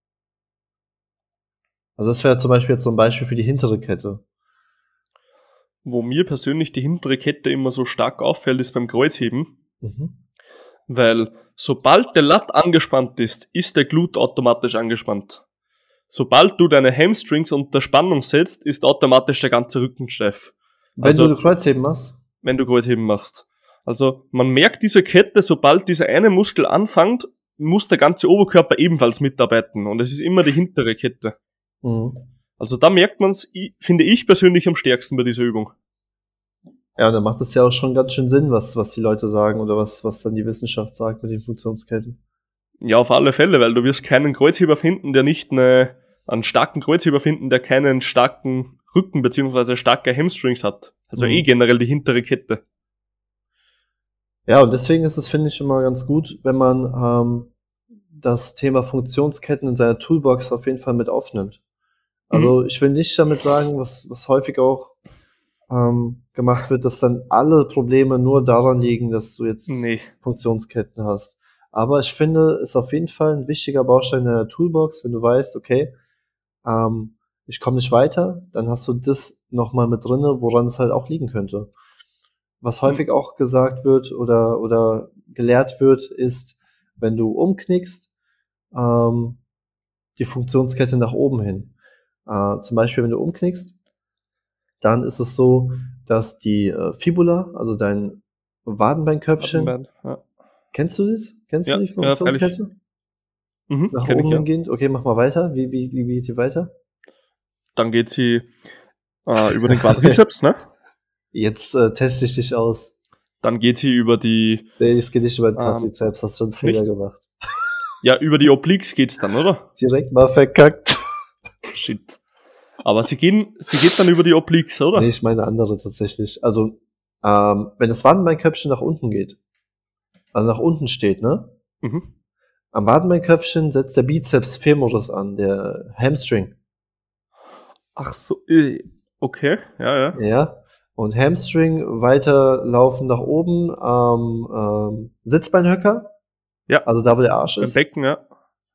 also das wäre zum Beispiel jetzt so ein Beispiel für die hintere Kette. Wo mir persönlich die hintere Kette immer so stark auffällt, ist beim Kreuzheben. Mhm. Weil sobald der Lat angespannt ist, ist der Glut automatisch angespannt. Sobald du deine Hamstrings unter Spannung setzt, ist automatisch der ganze Rücken steif. Wenn Also- du Kreuzheben machst, Wenn du Kreuzheben machst. Also man merkt diese Kette, sobald dieser eine Muskel anfängt, muss der ganze Oberkörper ebenfalls mitarbeiten. Und es ist immer die hintere Kette. mhm. Also da merkt man's, i- finde ich persönlich am stärksten bei dieser Übung. ja, dann macht es ja auch schon ganz schön Sinn, was, was die Leute sagen oder was, was dann die Wissenschaft sagt mit den Funktionsketten. Ja, auf alle Fälle, weil du wirst keinen Kreuzheber finden, der nicht eine, einen starken Kreuzheber finden, der keinen starken Rücken beziehungsweise starke Hamstrings hat. Also Mhm. eh generell die hintere Kette. Ja, und deswegen ist es, finde ich, immer ganz gut, wenn man ähm, das Thema Funktionsketten in seiner Toolbox auf jeden Fall mit aufnimmt. Also ich will nicht damit sagen, was, was häufig auch ähm, gemacht wird, dass dann alle Probleme nur daran liegen, dass du jetzt Nee. Funktionsketten hast. Aber ich finde, ist auf jeden Fall ein wichtiger Baustein in der Toolbox, wenn du weißt, okay, ähm, ich komme nicht weiter, dann hast du das nochmal mit drinne, woran es halt auch liegen könnte. was häufig auch gesagt wird oder, oder gelehrt wird, ist, wenn du umknickst, ähm, die Funktionskette nach oben hin. Äh, zum Beispiel, wenn du umknickst, dann ist es so, dass die äh, Fibula, also dein Wadenbeinköpfchen, Wadenbein, ja. kennst du das? Kennst Ja, du die ja, freilich. Funktionskette? Mhm, Nach kenn ich, oben ja. hingehend? Okay, mach mal weiter. Wie, wie, wie, wie geht die weiter? Dann geht sie äh, über den Quadrizeps, ne? Jetzt äh, teste ich dich aus. Dann geht sie über die, Nee, es geht nicht über den Ähm, Quadrizeps, hast schon einen Fehler nicht? gemacht. ja, über die Obliques geht's dann, oder? Direkt mal verkackt. Shit. Aber sie gehen, sie geht dann über die Obliques, oder? Nee, ich meine andere tatsächlich. Also, ähm, wenn das Wadenbeinköpfchen nach unten geht, also nach unten steht, ne? Mhm. Am Wadenbeinköpfchen setzt der Bizeps femoris an, der Hamstring. Ach so, äh, okay, ja, ja. Ja. Und Hamstring weiterlaufen nach oben am ähm, Sitzbeinhöcker. Ja. Also da, wo der Arsch Beim ist. Becken, ja.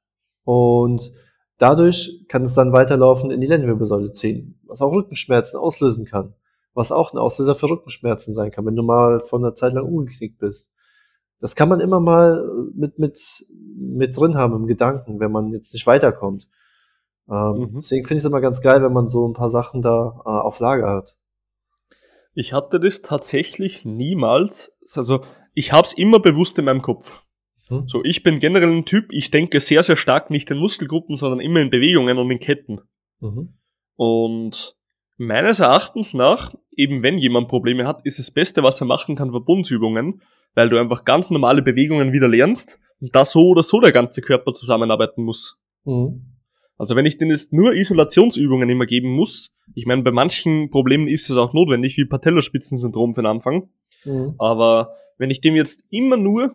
Und dadurch kann es dann weiterlaufen in die Lendenwirbelsäule ziehen, was auch Rückenschmerzen auslösen kann. Was auch ein Auslöser für Rückenschmerzen sein kann, wenn du mal von einer Zeit lang umgeknickt bist. Das kann man immer mal mit, mit, mit drin haben im Gedanken, wenn man jetzt nicht weiterkommt. Ähm, Mhm. Deswegen finde ich es immer ganz geil, wenn man so ein paar Sachen da äh, auf Lager hat. Ich hatte das tatsächlich niemals, also ich hab's immer bewusst in meinem Kopf. Hm? So, ich bin generell ein Typ, ich denke sehr, sehr stark nicht in Muskelgruppen, sondern immer in Bewegungen und in Ketten. Mhm. Und meines Erachtens nach, eben wenn jemand Probleme hat, ist das Beste, was er machen kann, Verbundsübungen, weil du einfach ganz normale Bewegungen wieder lernst und da so oder so der ganze Körper zusammenarbeiten muss. Mhm. Also wenn ich denen jetzt nur Isolationsübungen immer geben muss, ich meine, bei manchen Problemen ist es auch notwendig, wie Patellaspitzensyndrom für den Anfang, Mhm. aber wenn ich dem jetzt immer nur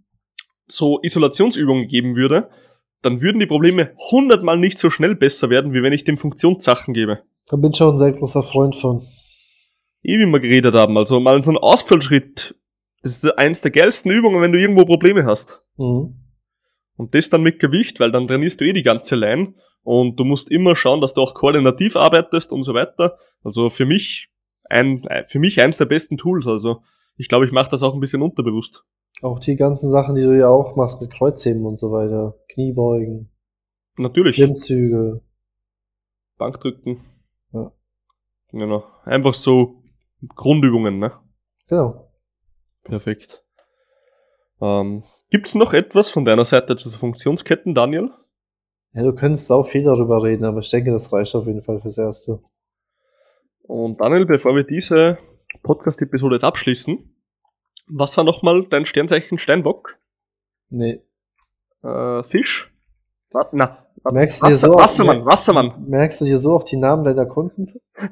so Isolationsübungen geben würde, dann würden die Probleme hundertmal nicht so schnell besser werden, wie wenn ich dem Funktionssachen gebe. Da bin ich auch ein sehr großer Freund von. Eh, wie wir geredet haben, also mal so ein Ausfallschritt, das ist eins der geilsten Übungen, wenn du irgendwo Probleme hast. Mhm. Und das dann mit Gewicht, weil dann trainierst du eh die ganze Line und du musst immer schauen, dass du auch koordinativ arbeitest und so weiter. Also für mich ein, für mich eins der besten Tools, also ich glaube, ich mache das auch ein bisschen unterbewusst. Auch die ganzen Sachen, die du ja auch machst mit Kreuzheben und so weiter. Kniebeugen, Natürlich, Klimmzüge. Bankdrücken, Ja. genau, einfach so Grundübungen, ne? Genau. Perfekt. Ähm, gibt's noch etwas von deiner Seite zu Funktionsketten, Daniel? Ja, du könntest sau viel darüber reden, aber ich denke, das reicht auf jeden Fall fürs Erste. Und Daniel, bevor wir diese Podcast-Episode jetzt abschließen, was war nochmal dein Sternzeichen Steinbock? Nee. Äh, Fisch? Warte, na, warte. Merkst du dir Wasser, so, Wassermann, Wassermann. Merkst du dir so auch die Namen deiner Kunden?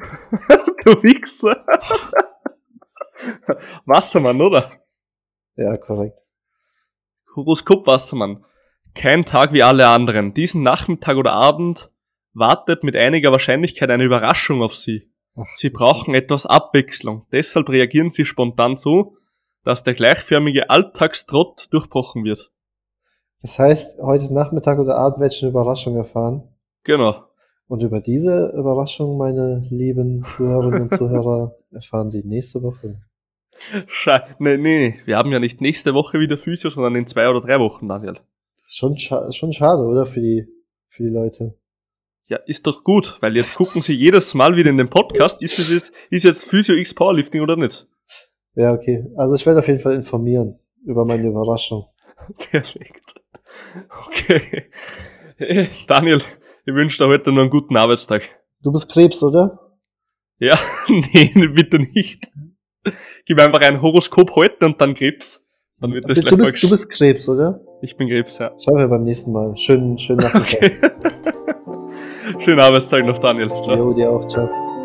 Du Wichser. Wassermann, oder? Ja, korrekt. Horoskop Wassermann. Kein Tag wie alle anderen. Diesen Nachmittag oder Abend wartet mit einiger Wahrscheinlichkeit eine Überraschung auf Sie. Ach. Sie brauchen etwas Abwechslung. Deshalb reagieren Sie spontan so, dass der gleichförmige Alltagstrott durchbrochen wird. Das heißt, heute Nachmittag oder Abend werde ich eine Überraschung erfahren. Genau. Und über diese Überraschung, meine lieben Zuhörerinnen und Zuhörer, erfahren Sie nächste Woche. Schei nee, nee, nee. Wir haben ja nicht nächste Woche wieder Physio, sondern in zwei oder drei Wochen, Daniel. Das ist schon, scha schon schade, oder? Für die, für die Leute. Ja, ist doch gut, weil jetzt gucken Sie jedes Mal wieder in den Podcast, ist es jetzt, ist jetzt Physio X Powerlifting oder nicht? Ja, okay. Also ich werde auf jeden Fall informieren über meine Überraschung. Perfekt. Okay. Hey, Daniel, ich wünsche dir heute noch einen guten Arbeitstag. Du bist Krebs, oder? Ja, nee, bitte nicht. Gib einfach ein Horoskop heute und dann Krebs. Dann wird das Du, gleich du, bist, falsch. du bist Krebs, oder? Ich bin Krebs, ja. Schauen wir beim nächsten Mal. Schönen, schönen Nachmittag. Okay. Schönen Arbeitstag noch, Daniel. Ciao. Jo, dir auch. Ciao.